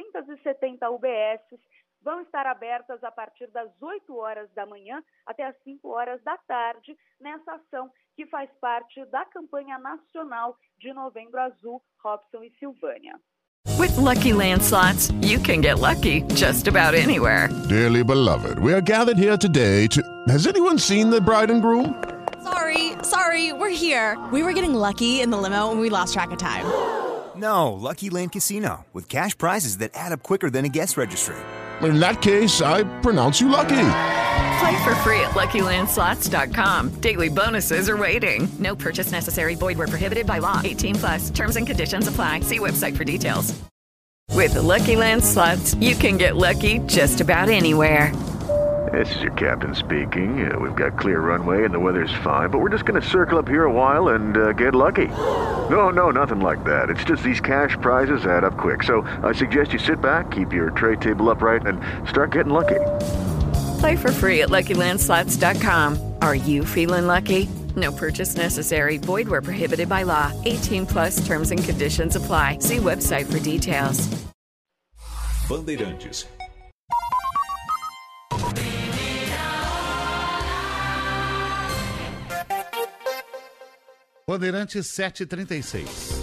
470 UBSs vão estar abertas a partir das 8 horas da manhã até as 5 horas da tarde, nessa ação que faz parte da campanha nacional de Novembro Azul, Robson e Silvânia. With Lucky Land Slots, you can get lucky just about anywhere. Dearly beloved, we are gathered here today to... Has anyone seen the bride and groom? Sorry, we're here. We were getting lucky in the limo and we lost track of time. No, Lucky Land Casino, with cash prizes that add up quicker than a guest registry. In that case, I pronounce you lucky. Play for free at LuckyLandSlots.com. Daily bonuses are waiting. No purchase necessary. Void where prohibited by law. 18+. Terms and conditions apply. See website for details. With Lucky Land Slots, you can get lucky just about anywhere. This is your captain speaking. We've got clear runway and the weather's fine, but we're just going to circle up here a while and get lucky. No, nothing like that. It's just these cash prizes add up quick. So I suggest you sit back, keep your tray table upright, and start getting lucky. Play for free at LuckyLandSlots.com. Are you feeling lucky? No purchase necessary. Void where prohibited by law. 18+ terms and conditions apply. See website for details. Bandeirantes. Bandeirantes 7h36.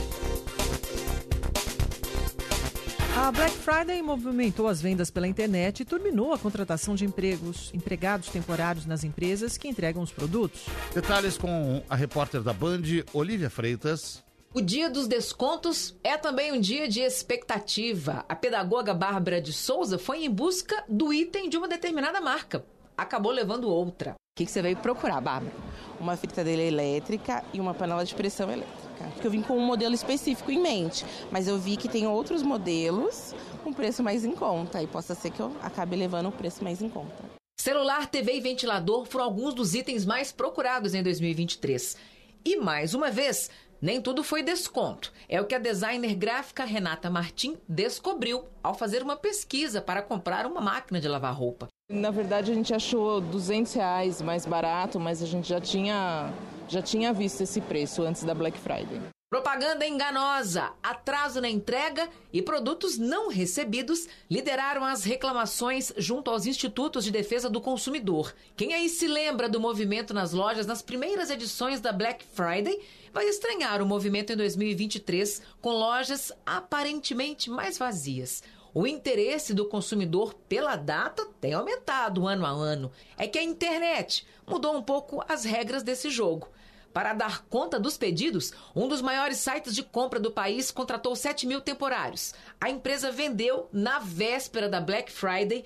A Black Friday movimentou as vendas pela internet e turbinou a contratação de empregados temporários nas empresas que entregam os produtos. Detalhes com a repórter da Band, Olivia Freitas. O dia dos descontos é também um dia de expectativa. A pedagoga Bárbara de Souza foi em busca do item de uma determinada marca. Acabou levando outra. O que você veio procurar, Bárbara? Uma fritadeira elétrica e uma panela de pressão elétrica. Porque eu vim com um modelo específico em mente, mas eu vi que tem outros modelos com preço mais em conta. E possa ser que eu acabe levando o preço mais em conta. Celular, TV e ventilador foram alguns dos itens mais procurados em 2023. E mais uma vez, nem tudo foi desconto. É o que a designer gráfica Renata Martim descobriu ao fazer uma pesquisa para comprar uma máquina de lavar roupa. Na verdade, a gente achou R$200 mais barato, mas a gente já tinha visto esse preço antes da Black Friday. Propaganda enganosa, atraso na entrega e produtos não recebidos lideraram as reclamações junto aos Institutos de Defesa do Consumidor. Quem aí se lembra do movimento nas lojas nas primeiras edições da Black Friday vai estranhar o movimento em 2023 com lojas aparentemente mais vazias. O interesse do consumidor pela data tem aumentado ano a ano. É que a internet mudou um pouco as regras desse jogo. Para dar conta dos pedidos, um dos maiores sites de compra do país contratou 7 mil temporários. A empresa vendeu, na véspera da Black Friday,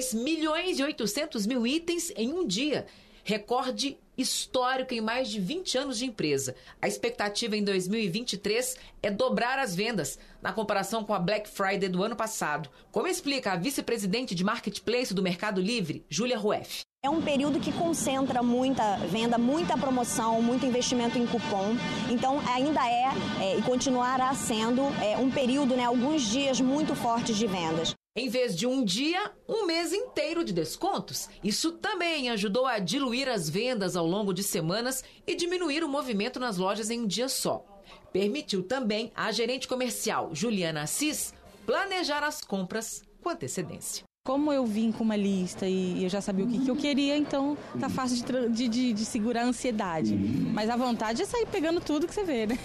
2.800.000 itens em um dia. Recorde histórico em mais de 20 anos de empresa. A expectativa em 2023 é dobrar as vendas na comparação com a Black Friday do ano passado. Como explica a vice-presidente de Marketplace do Mercado Livre, Júlia Rueff. É um período que concentra muita venda, muita promoção, muito investimento em cupom. Então, ainda e continuará sendo um período, alguns dias muito fortes de vendas. Em vez de um dia, um mês inteiro de descontos. Isso também ajudou a diluir as vendas ao longo de semanas e diminuir o movimento nas lojas em um dia só. Permitiu também à gerente comercial, Juliana Assis, planejar as compras com antecedência. Como eu vim com uma lista e eu já sabia o que eu queria, então tá fácil de segurar a ansiedade. Mas a vontade é sair pegando tudo que você vê, né?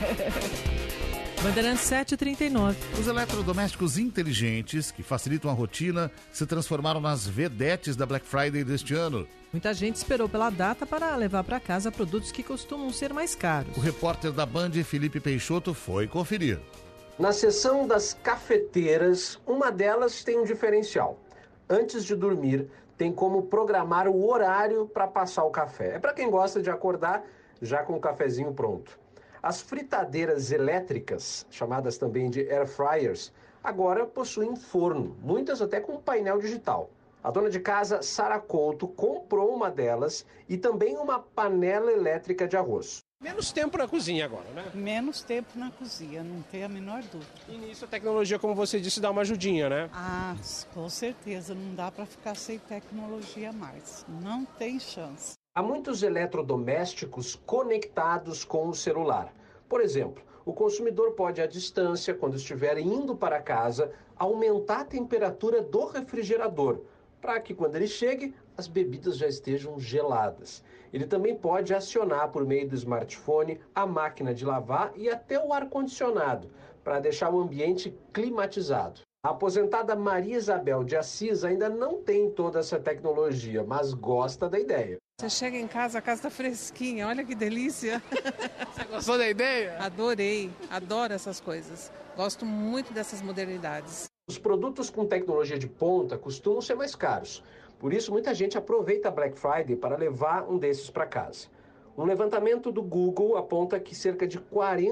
Bandeirantes 7h39. Os eletrodomésticos inteligentes que facilitam a rotina se transformaram nas vedetes da Black Friday deste ano. Muita gente esperou pela data para levar para casa produtos que costumam ser mais caros. O repórter da Band, Felipe Peixoto, foi conferir. Na seção das cafeteiras, uma delas tem um diferencial. Antes de dormir, tem como programar o horário para passar o café. É para quem gosta de acordar já com o cafezinho pronto. As fritadeiras elétricas, chamadas também de air fryers, agora possuem forno, muitas até com painel digital. A dona de casa, Sara Couto, comprou uma delas e também uma panela elétrica de arroz. Menos tempo na cozinha agora, né? Menos tempo na cozinha, não tem a menor dúvida. E nisso a tecnologia, como você disse, dá uma ajudinha, né? Ah, com certeza, não dá para ficar sem tecnologia mais. Não tem chance. Há muitos eletrodomésticos conectados com o celular. Por exemplo, o consumidor pode, à distância, quando estiver indo para casa, aumentar a temperatura do refrigerador, para que quando ele chegue, as bebidas já estejam geladas. Ele também pode acionar por meio do smartphone a máquina de lavar e até o ar-condicionado, para deixar o ambiente climatizado. A aposentada Maria Isabel de Assis ainda não tem toda essa tecnologia, mas gosta da ideia. Você chega em casa, a casa está fresquinha, olha que delícia. Você gostou da ideia? Adorei, adoro essas coisas. Gosto muito dessas modernidades. Os produtos com tecnologia de ponta costumam ser mais caros. Por isso, muita gente aproveita a Black Friday para levar um desses para casa. Um levantamento do Google aponta que cerca de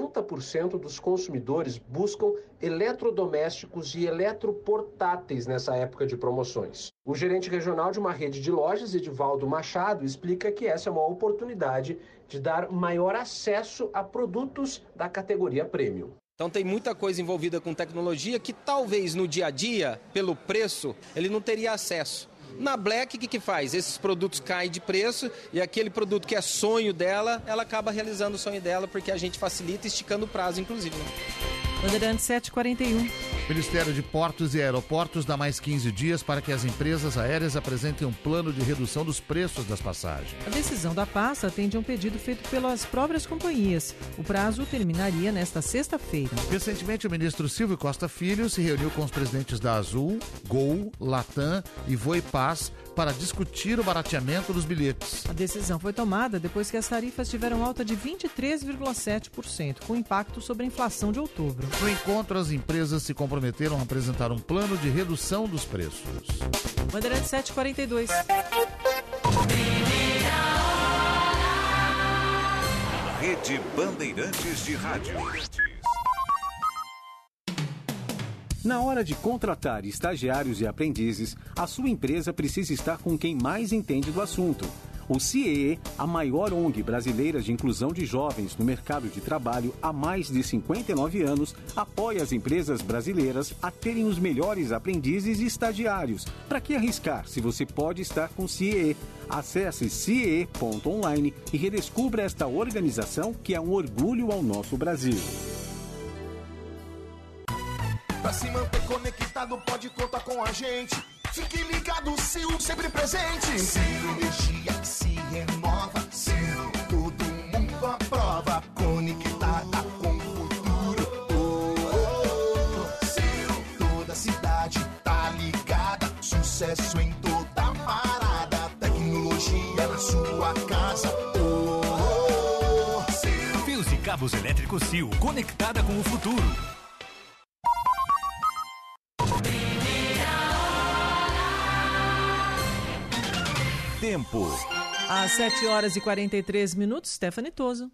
40% dos consumidores buscam eletrodomésticos e eletroportáteis nessa época de promoções. O gerente regional de uma rede de lojas, Edivaldo Machado, explica que essa é uma oportunidade de dar maior acesso a produtos da categoria premium. Então tem muita coisa envolvida com tecnologia que talvez no dia a dia, pelo preço, ele não teria acesso. Na Black, o que faz? Esses produtos caem de preço e aquele produto que é sonho dela, ela acaba realizando o sonho dela porque a gente facilita esticando o prazo, inclusive. Né? Bandeirantes 7h41. O Ministério de Portos e Aeroportos dá mais 15 dias para que as empresas aéreas apresentem um plano de redução dos preços das passagens. A decisão da pasta atende a um pedido feito pelas próprias companhias. O prazo terminaria nesta sexta-feira. Recentemente, o ministro Silvio Costa Filho se reuniu com os presidentes da Azul, Gol, Latam e Voipaz para discutir o barateamento dos bilhetes. A decisão foi tomada depois que as tarifas tiveram alta de 23,7%, com impacto sobre a inflação de outubro. No encontro, as empresas se comprometeram a apresentar um plano de redução dos preços. Bandeirantes 742. Rede Bandeirantes de Rádio. Na hora de contratar estagiários e aprendizes, a sua empresa precisa estar com quem mais entende do assunto. O CIEE, a maior ONG brasileira de inclusão de jovens no mercado de trabalho há mais de 59 anos, apoia as empresas brasileiras a terem os melhores aprendizes e estagiários. Para que arriscar se você pode estar com o CIEE? Acesse ciee.online e redescubra esta organização que é um orgulho ao nosso Brasil. Pra se manter conectado, pode contar com a gente. Fique ligado, Sil, sempre presente. Sil, energia que se renova. Sil, todo mundo aprova. Conectada com o futuro. Sil, toda cidade tá ligada. Sucesso em toda parada. Tecnologia na sua casa. Sil. Fios e cabos elétricos Sil, conectada com o futuro. Tempo. Às 7h43, Stephanie Toso.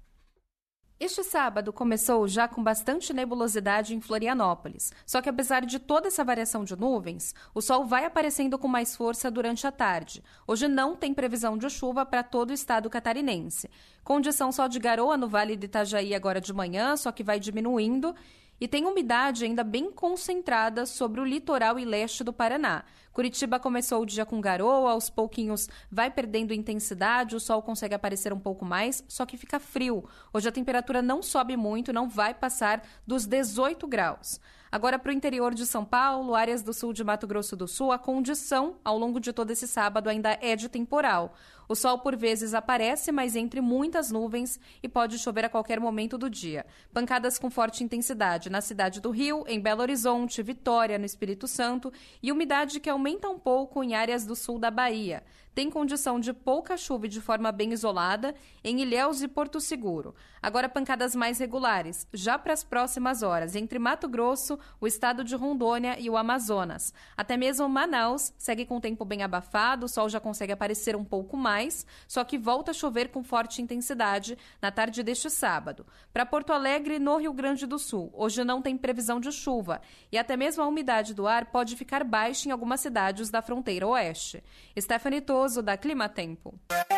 Este sábado começou já com bastante nebulosidade em Florianópolis. Só que apesar de toda essa variação de nuvens, o sol vai aparecendo com mais força durante a tarde. Hoje não tem previsão de chuva para todo o estado catarinense. Condição só de garoa no Vale do Itajaí agora de manhã, só que vai diminuindo. E tem umidade ainda bem concentrada sobre o litoral e leste do Paraná. Curitiba começou o dia com garoa, aos pouquinhos vai perdendo intensidade, o sol consegue aparecer um pouco mais, só que fica frio. Hoje a temperatura não sobe muito, não vai passar dos 18 graus. Agora, para o interior de São Paulo, áreas do sul de Mato Grosso do Sul, a condição ao longo de todo esse sábado ainda é de temporal. O sol por vezes aparece, mas entre muitas nuvens e pode chover a qualquer momento do dia. Pancadas com forte intensidade na cidade do Rio, em Belo Horizonte, Vitória, no Espírito Santo, e umidade que aumenta um pouco em áreas do sul da Bahia. Tem condição de pouca chuva e de forma bem isolada em Ilhéus e Porto Seguro. Agora pancadas mais regulares, já para as próximas horas, entre Mato Grosso, o estado de Rondônia e o Amazonas. Até mesmo Manaus segue com o tempo bem abafado, o sol já consegue aparecer um pouco mais, só que volta a chover com forte intensidade na tarde deste sábado. Para Porto Alegre, no Rio Grande do Sul, hoje não tem previsão de chuva e até mesmo a umidade do ar pode ficar baixa em algumas cidades da fronteira oeste. Stephanie Toso, da Climatempo.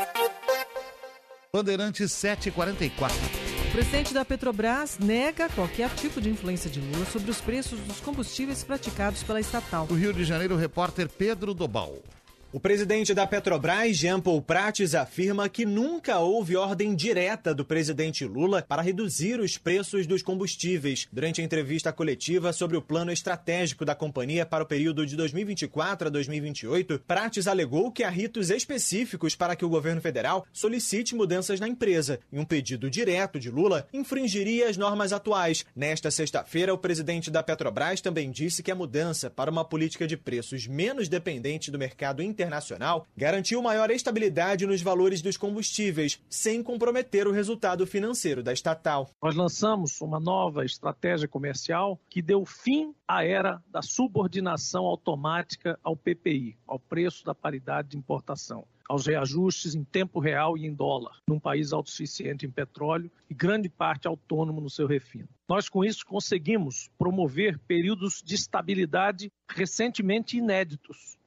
Bandeirantes 744. O presidente da Petrobras nega qualquer tipo de influência de Lula sobre os preços dos combustíveis praticados pela estatal. Do Rio de Janeiro, o repórter Pedro Dobal. O presidente da Petrobras, Jean Paul Prates, afirma que nunca houve ordem direta do presidente Lula para reduzir os preços dos combustíveis. Durante a entrevista coletiva sobre o plano estratégico da companhia para o período de 2024 a 2028, Prates alegou que há ritos específicos para que o governo federal solicite mudanças na empresa, e um pedido direto de Lula infringiria as normas atuais. Nesta sexta-feira, o presidente da Petrobras também disse que a mudança para uma política de preços menos dependente do mercado internacional garantiu maior estabilidade nos valores dos combustíveis, sem comprometer o resultado financeiro da estatal. Nós lançamos uma nova estratégia comercial que deu fim à era da subordinação automática ao PPI, ao preço da paridade de importação, aos reajustes em tempo real e em dólar, num país autossuficiente em petróleo e grande parte autônomo no seu refino. Nós, com isso, conseguimos promover períodos de estabilidade recentemente inéditos,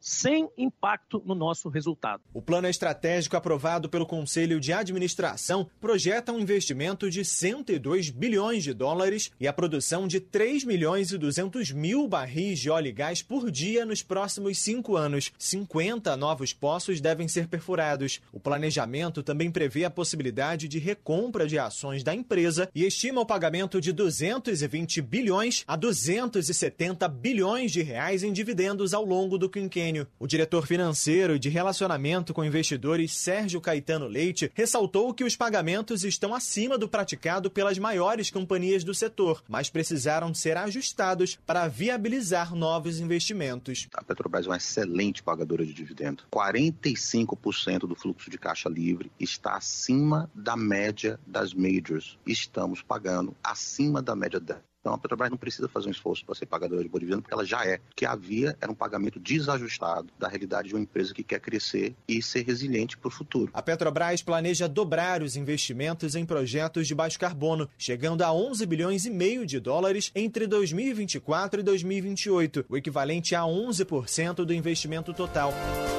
sem impacto no nosso resultado. O plano estratégico aprovado pelo Conselho de Administração projeta um investimento de 102 bilhões de dólares e a produção de 3.200.000 barris de óleo e gás por dia nos próximos 5 anos. 50 novos poços devem ser perfurados. O planejamento também prevê a possibilidade de recompra de ações da empresa e estima o pagamento de 220 bilhões a 270 bilhões de reais em dividendos ao longo do quinquênio. O diretor financeiro e de relacionamento com investidores, Sérgio Caetano Leite, ressaltou que os pagamentos estão acima do praticado pelas maiores companhias do setor, mas precisaram ser ajustados para viabilizar novos investimentos. A Petrobras é uma excelente pagadora de dividendos. 45% do fluxo de caixa livre está acima da média das majors. Estamos pagando acima da média dela. Então a Petrobras não precisa fazer um esforço para ser pagadora de dividendo, porque ela já é. O que havia era um pagamento desajustado da realidade de uma empresa que quer crescer e ser resiliente para o futuro. A Petrobras planeja dobrar os investimentos em projetos de baixo carbono, chegando a 11 bilhões e meio de dólares entre 2024 e 2028, o equivalente a 11% do investimento total.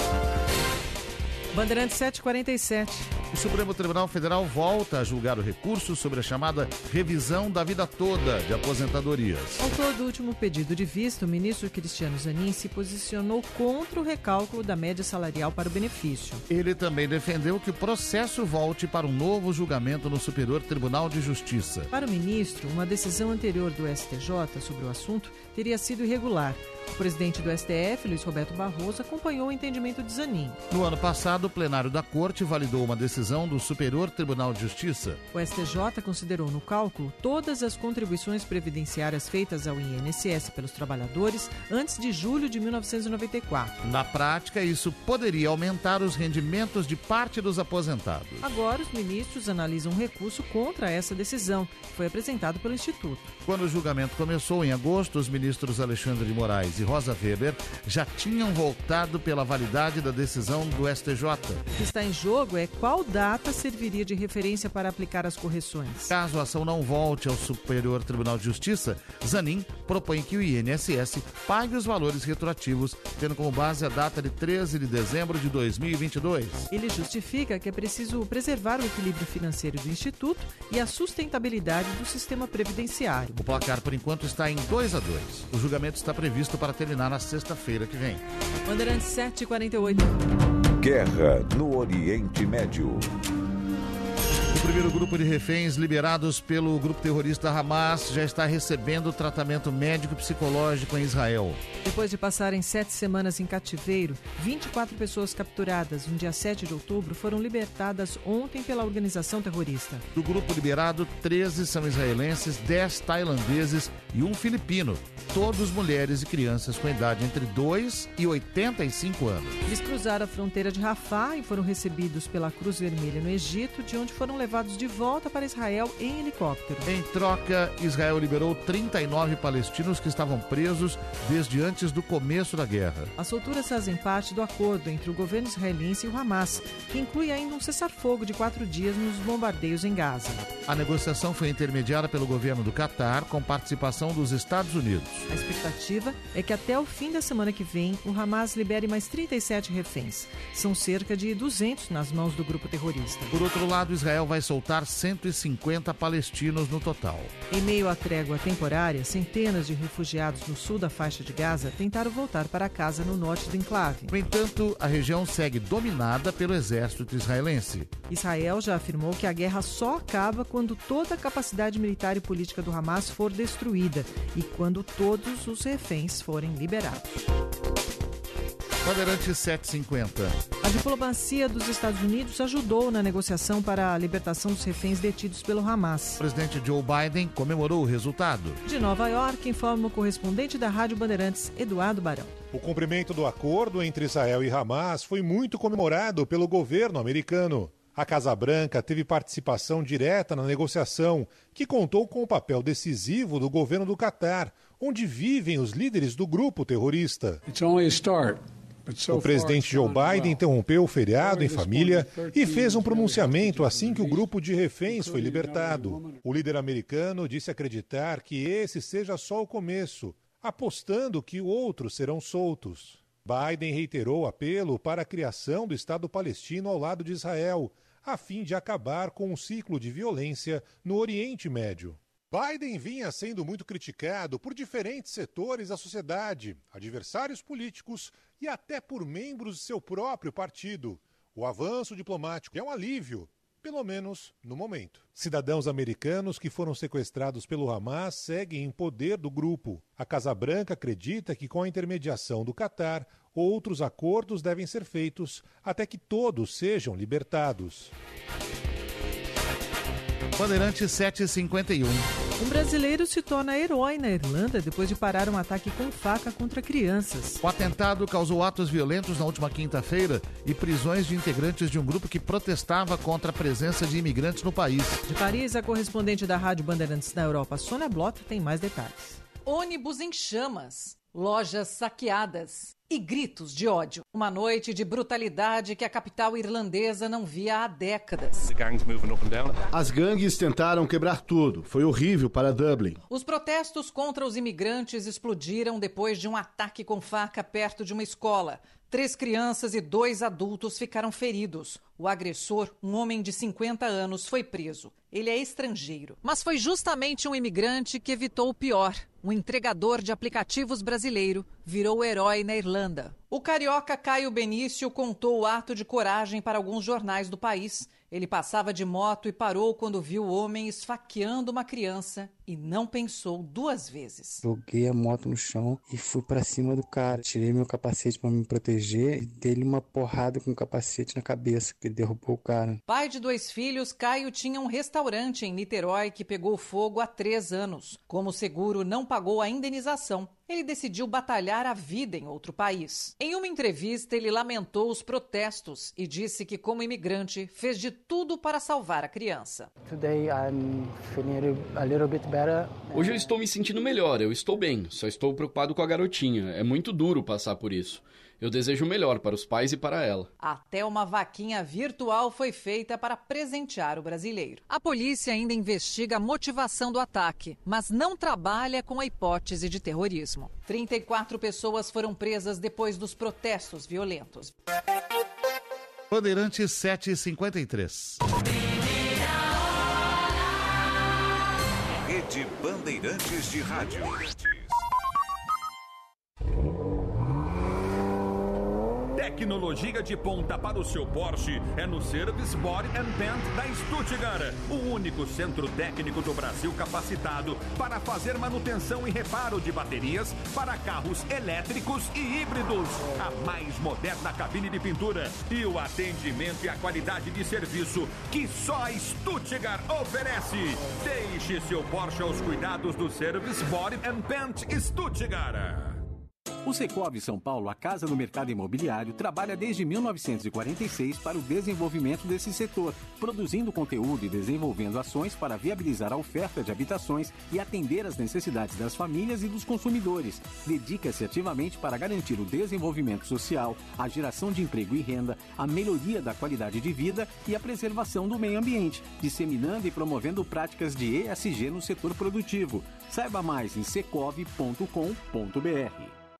Bandeirantes 747. O Supremo Tribunal Federal volta a julgar o recurso sobre a chamada revisão da vida toda de aposentadorias. Autor do último pedido de vista, o ministro Cristiano Zanin se posicionou contra o recálculo da média salarial para o benefício. Ele também defendeu que o processo volte para um novo julgamento no Superior Tribunal de Justiça. Para o ministro, uma decisão anterior do STJ sobre o assunto teria sido irregular. O presidente do STF, Luiz Roberto Barroso, acompanhou o entendimento de Zanin. No ano passado, o plenário da Corte validou uma decisão do Superior Tribunal de Justiça. O STJ considerou no cálculo todas as contribuições previdenciárias feitas ao INSS pelos trabalhadores antes de julho de 1994. Na prática, isso poderia aumentar os rendimentos de parte dos aposentados. Agora, os ministros analisam um recurso contra essa decisão, que foi apresentado pelo Instituto. Quando o julgamento começou em agosto, os ministros Alexandre de Moraes e Rosa Weber já tinham voltado pela validade da decisão do STJ. O que está em jogo é qual data serviria de referência para aplicar as correções. Caso a ação não volte ao Superior Tribunal de Justiça, Zanin propõe que o INSS pague os valores retroativos, tendo como base a data de 13 de dezembro de 2022. Ele justifica que é preciso preservar o equilíbrio financeiro do Instituto e a sustentabilidade do sistema previdenciário. O placar, por enquanto, está em 2-2. O julgamento está previsto para terminar na sexta-feira que vem. Bandeirantes 748. Guerra no Oriente Médio. O primeiro grupo de reféns liberados pelo grupo terrorista Hamas já está recebendo tratamento médico e psicológico em Israel. Depois de passarem 7 semanas em cativeiro, 24 pessoas capturadas no dia 7 de outubro foram libertadas ontem pela organização terrorista. Do grupo liberado, 13 são israelenses, 10 tailandeses e um filipino. Todos mulheres e crianças com idade entre 2 e 85 anos. Eles cruzaram a fronteira de Rafah e foram recebidos pela Cruz Vermelha no Egito, de onde foram levados de volta para Israel em helicóptero. Em troca, Israel liberou 39 palestinos que estavam presos desde antes do começo da guerra. As solturas fazem parte do acordo entre o governo israelense e o Hamas, que inclui ainda um cessar-fogo de 4 dias nos bombardeios em Gaza. A negociação foi intermediada pelo governo do Catar, com participação dos Estados Unidos. A expectativa é que até o fim da semana que vem, o Hamas libere mais 37 reféns. São cerca de 200 nas mãos do grupo terrorista. Por outro lado, Israel vai soltar 150 palestinos no total. Em meio à trégua temporária, centenas de refugiados no sul da faixa de Gaza tentaram voltar para casa no norte do enclave. No entanto, a região segue dominada pelo exército israelense. Israel já afirmou que a guerra só acaba quando toda a capacidade militar e política do Hamas for destruída e quando todos os reféns forem liberados. Bandeirantes 750. A diplomacia dos Estados Unidos ajudou na negociação para a libertação dos reféns detidos pelo Hamas. O presidente Joe Biden comemorou o resultado. De Nova York, informa o correspondente da Rádio Bandeirantes, Eduardo Barão. O cumprimento do acordo entre Israel e Hamas foi muito comemorado pelo governo americano. A Casa Branca teve participação direta na negociação, que contou com o papel decisivo do governo do Catar, onde vivem os líderes do grupo terrorista. O presidente Joe Biden interrompeu o feriado em família e fez um pronunciamento assim que o grupo de reféns foi libertado. O líder americano disse acreditar que esse seja só o começo, apostando que outros serão soltos. Biden reiterou o apelo para a criação do Estado palestino ao lado de Israel, a fim de acabar com um ciclo de violência no Oriente Médio. Biden vinha sendo muito criticado por diferentes setores da sociedade, adversários políticos e até por membros de seu próprio partido. O avanço diplomático é um alívio, pelo menos no momento. Cidadãos americanos que foram sequestrados pelo Hamas seguem em poder do grupo. A Casa Branca acredita que, com a intermediação do Catar, outros acordos devem ser feitos até que todos sejam libertados. Bandeirantes 751. Um brasileiro se torna herói na Irlanda depois de parar um ataque com faca contra crianças. O atentado causou atos violentos na última quinta-feira e prisões de integrantes de um grupo que protestava contra a presença de imigrantes no país. De Paris, a correspondente da Rádio Bandeirantes na Europa, Sônia Blota, tem mais detalhes. Ônibus em chamas, lojas saqueadas e gritos de ódio. Uma noite de brutalidade que a capital irlandesa não via há décadas. As gangues tentaram quebrar tudo. Foi horrível para Dublin. Os protestos contra os imigrantes explodiram depois de um ataque com faca perto de uma escola. 3 crianças e 2 adultos ficaram feridos. O agressor, um homem de 50 anos, foi preso. Ele é estrangeiro. Mas foi justamente um imigrante que evitou o pior. Um entregador de aplicativos brasileiro virou herói na Irlanda. O carioca Caio Benício contou o ato de coragem para alguns jornais do país. Ele passava de moto e parou quando viu o homem esfaqueando uma criança e não pensou 2 vezes. Joguei a moto no chão e fui para cima do cara. Tirei meu capacete para me proteger e dei-lhe uma porrada com o capacete na cabeça, que derrubou o cara. Pai de 2 filhos, Caio tinha um restaurante em Niterói que pegou fogo há 3 anos. Como o seguro não pagou a indenização, ele decidiu batalhar a vida em outro país. Em uma entrevista, ele lamentou os protestos e disse que, como imigrante, fez de tudo para salvar a criança. Hoje eu estou me sentindo melhor, eu estou bem, só estou preocupado com a garotinha. É muito duro passar por isso. Eu desejo o melhor para os pais e para ela. Até uma vaquinha virtual foi feita para presentear o brasileiro. A polícia ainda investiga a motivação do ataque, mas não trabalha com a hipótese de terrorismo. 34 pessoas foram presas depois dos protestos violentos. Bandeirantes 753. Rede Bandeirantes de Rádio. Tecnologia de ponta para o seu Porsche é no Service Body and Paint da Stuttgart, o único centro técnico do Brasil capacitado para fazer manutenção e reparo de baterias para carros elétricos e híbridos. A mais moderna cabine de pintura e o atendimento e a qualidade de serviço que só a Stuttgart oferece. Deixe seu Porsche aos cuidados do Service Body and Paint Stuttgart. O Secovi São Paulo, a casa do mercado imobiliário, trabalha desde 1946 para o desenvolvimento desse setor, produzindo conteúdo e desenvolvendo ações para viabilizar a oferta de habitações e atender às necessidades das famílias e dos consumidores. Dedica-se ativamente para garantir o desenvolvimento social, a geração de emprego e renda, a melhoria da qualidade de vida e a preservação do meio ambiente, disseminando e promovendo práticas de ESG no setor produtivo. Saiba mais em secov.com.br.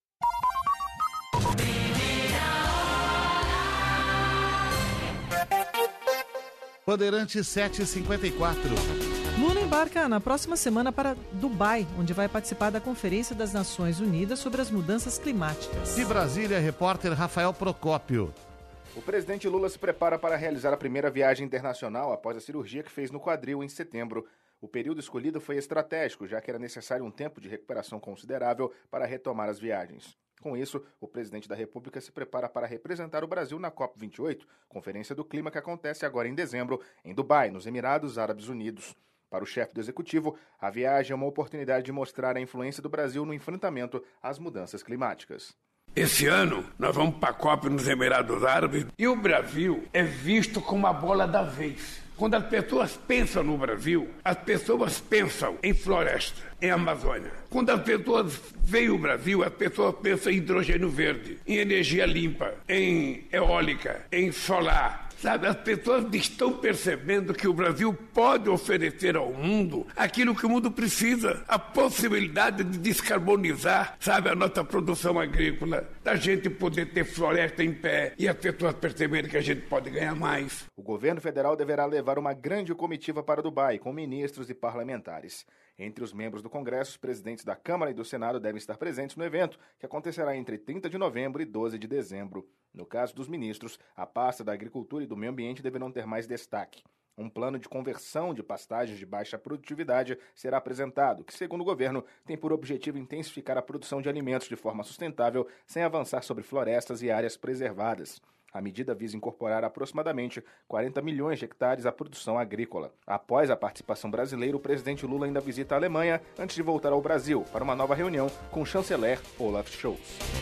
Bandeirantes 754. Lula embarca na próxima semana para Dubai, onde vai participar da Conferência das Nações Unidas sobre as Mudanças Climáticas. De Brasília, repórter Rafael Procópio. O presidente Lula se prepara para realizar a primeira viagem internacional após a cirurgia que fez no quadril em setembro. O período escolhido foi estratégico, já que era necessário um tempo de recuperação considerável para retomar as viagens. Com isso, o presidente da República se prepara para representar o Brasil na COP28, Conferência do Clima que acontece agora em dezembro, em Dubai, nos Emirados Árabes Unidos. Para o chefe do executivo, a viagem é uma oportunidade de mostrar a influência do Brasil no enfrentamento às mudanças climáticas. Esse ano, nós vamos para a COP nos Emirados Árabes e o Brasil é visto como a bola da vez. Quando as pessoas pensam no Brasil, as pessoas pensam em floresta, em Amazônia. Quando as pessoas veem o Brasil, as pessoas pensam em hidrogênio verde, em energia limpa, em eólica, em solar. Sabe, as pessoas estão percebendo que o Brasil pode oferecer ao mundo aquilo que o mundo precisa, a possibilidade de descarbonizar, sabe, a nossa produção agrícola, da gente poder ter floresta em pé e as pessoas perceberem que a gente pode ganhar mais. O governo federal deverá levar uma grande comitiva para Dubai, com ministros e parlamentares. Entre os membros do Congresso, os presidentes da Câmara e do Senado devem estar presentes no evento, que acontecerá entre 30 de novembro e 12 de dezembro. No caso dos ministros, a pasta da Agricultura e do Meio Ambiente deverão ter mais destaque. Um plano de conversão de pastagens de baixa produtividade será apresentado, que, segundo o governo, tem por objetivo intensificar a produção de alimentos de forma sustentável, sem avançar sobre florestas e áreas preservadas. A medida visa incorporar aproximadamente 40 milhões de hectares à produção agrícola. Após a participação brasileira, o presidente Lula ainda visita a Alemanha antes de voltar ao Brasil para uma nova reunião com o chanceler Olaf Scholz.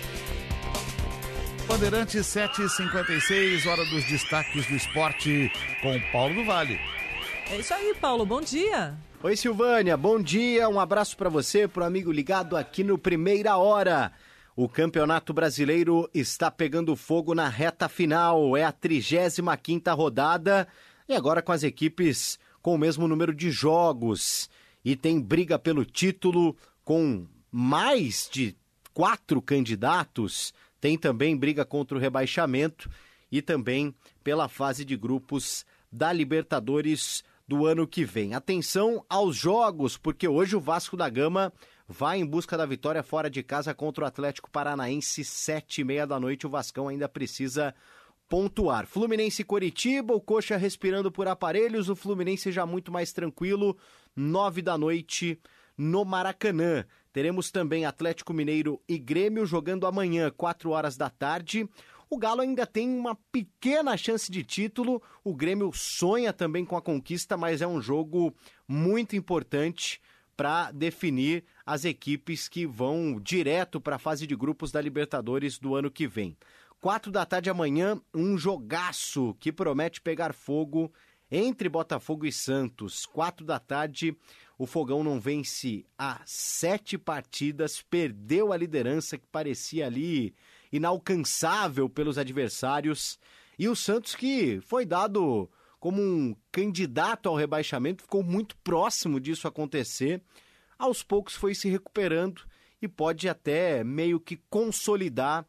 Bandeirantes 7h56, hora dos destaques do esporte com Paulo do Vale. É isso aí, Paulo, bom dia. Oi, Silvânia, bom dia, um abraço para você, pro amigo ligado aqui no Primeira Hora. O Campeonato Brasileiro está pegando fogo na reta final, é a 35ª rodada e agora com as equipes com o mesmo número de jogos. E tem briga pelo título com mais de 4 candidatos. Tem também briga contra o rebaixamento e também pela fase de grupos da Libertadores do ano que vem. Atenção aos jogos, porque hoje o Vasco da Gama vai em busca da vitória fora de casa contra o Atlético Paranaense, 7h30 da noite. O Vascão ainda precisa pontuar. Fluminense e Coritiba, o Coxa respirando por aparelhos, o Fluminense já muito mais tranquilo, 9 da noite no Maracanã. Teremos também Atlético Mineiro e Grêmio jogando amanhã, 4 horas da tarde. O Galo ainda tem uma pequena chance de título, o Grêmio sonha também com a conquista, mas é um jogo muito importante para definir as equipes que vão direto para a fase de grupos da Libertadores do ano que vem. 4 da tarde amanhã, um jogaço que promete pegar fogo entre Botafogo e Santos. 4 da tarde, o Fogão não vence há 7 partidas, perdeu a liderança que parecia ali inalcançável pelos adversários. E o Santos, que foi dado como um candidato ao rebaixamento, ficou muito próximo disso acontecer. Aos poucos foi se recuperando e pode até meio que consolidar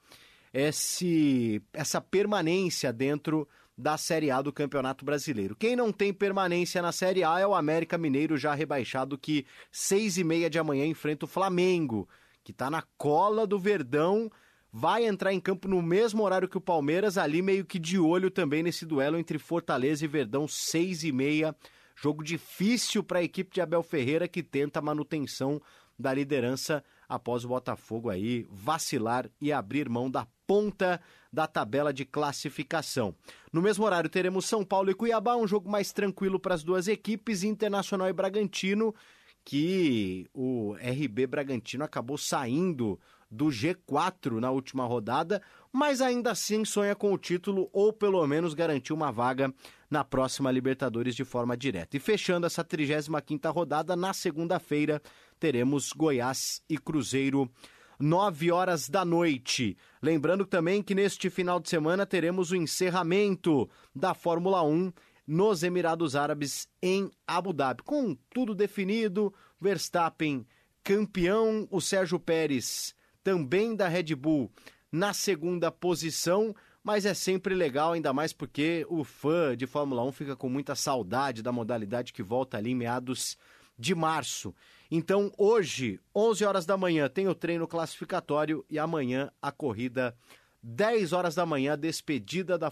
essa permanência dentro da Série A do Campeonato Brasileiro. Quem não tem permanência na Série A é o América Mineiro, já rebaixado, que 6h30 de amanhã enfrenta o Flamengo, que está na cola do Verdão, vai entrar em campo no mesmo horário que o Palmeiras, ali meio que de olho também nesse duelo entre Fortaleza e Verdão, 6h30. Jogo difícil para a equipe de Abel Ferreira, que tenta a manutenção da liderança após o Botafogo aí vacilar e abrir mão da ponta da tabela de classificação. No mesmo horário teremos São Paulo e Cuiabá, um jogo mais tranquilo para as duas equipes, Internacional e Bragantino, que o RB Bragantino acabou saindo do G4 na última rodada, mas ainda assim sonha com o título ou pelo menos garantir uma vaga na próxima Libertadores de forma direta. E fechando essa 35ª rodada, na segunda-feira teremos Goiás e Cruzeiro, 9 horas da noite. Lembrando também que neste final de semana teremos o encerramento da Fórmula 1 nos Emirados Árabes, em Abu Dhabi. Com tudo definido, Verstappen campeão, o Sérgio Pérez também da Red Bull na segunda posição, mas é sempre legal, ainda mais porque o fã de Fórmula 1 fica com muita saudade da modalidade que volta ali em meados de março. Então hoje, 11 horas da manhã, tem o treino classificatório e amanhã a corrida, 10 horas da manhã, despedida da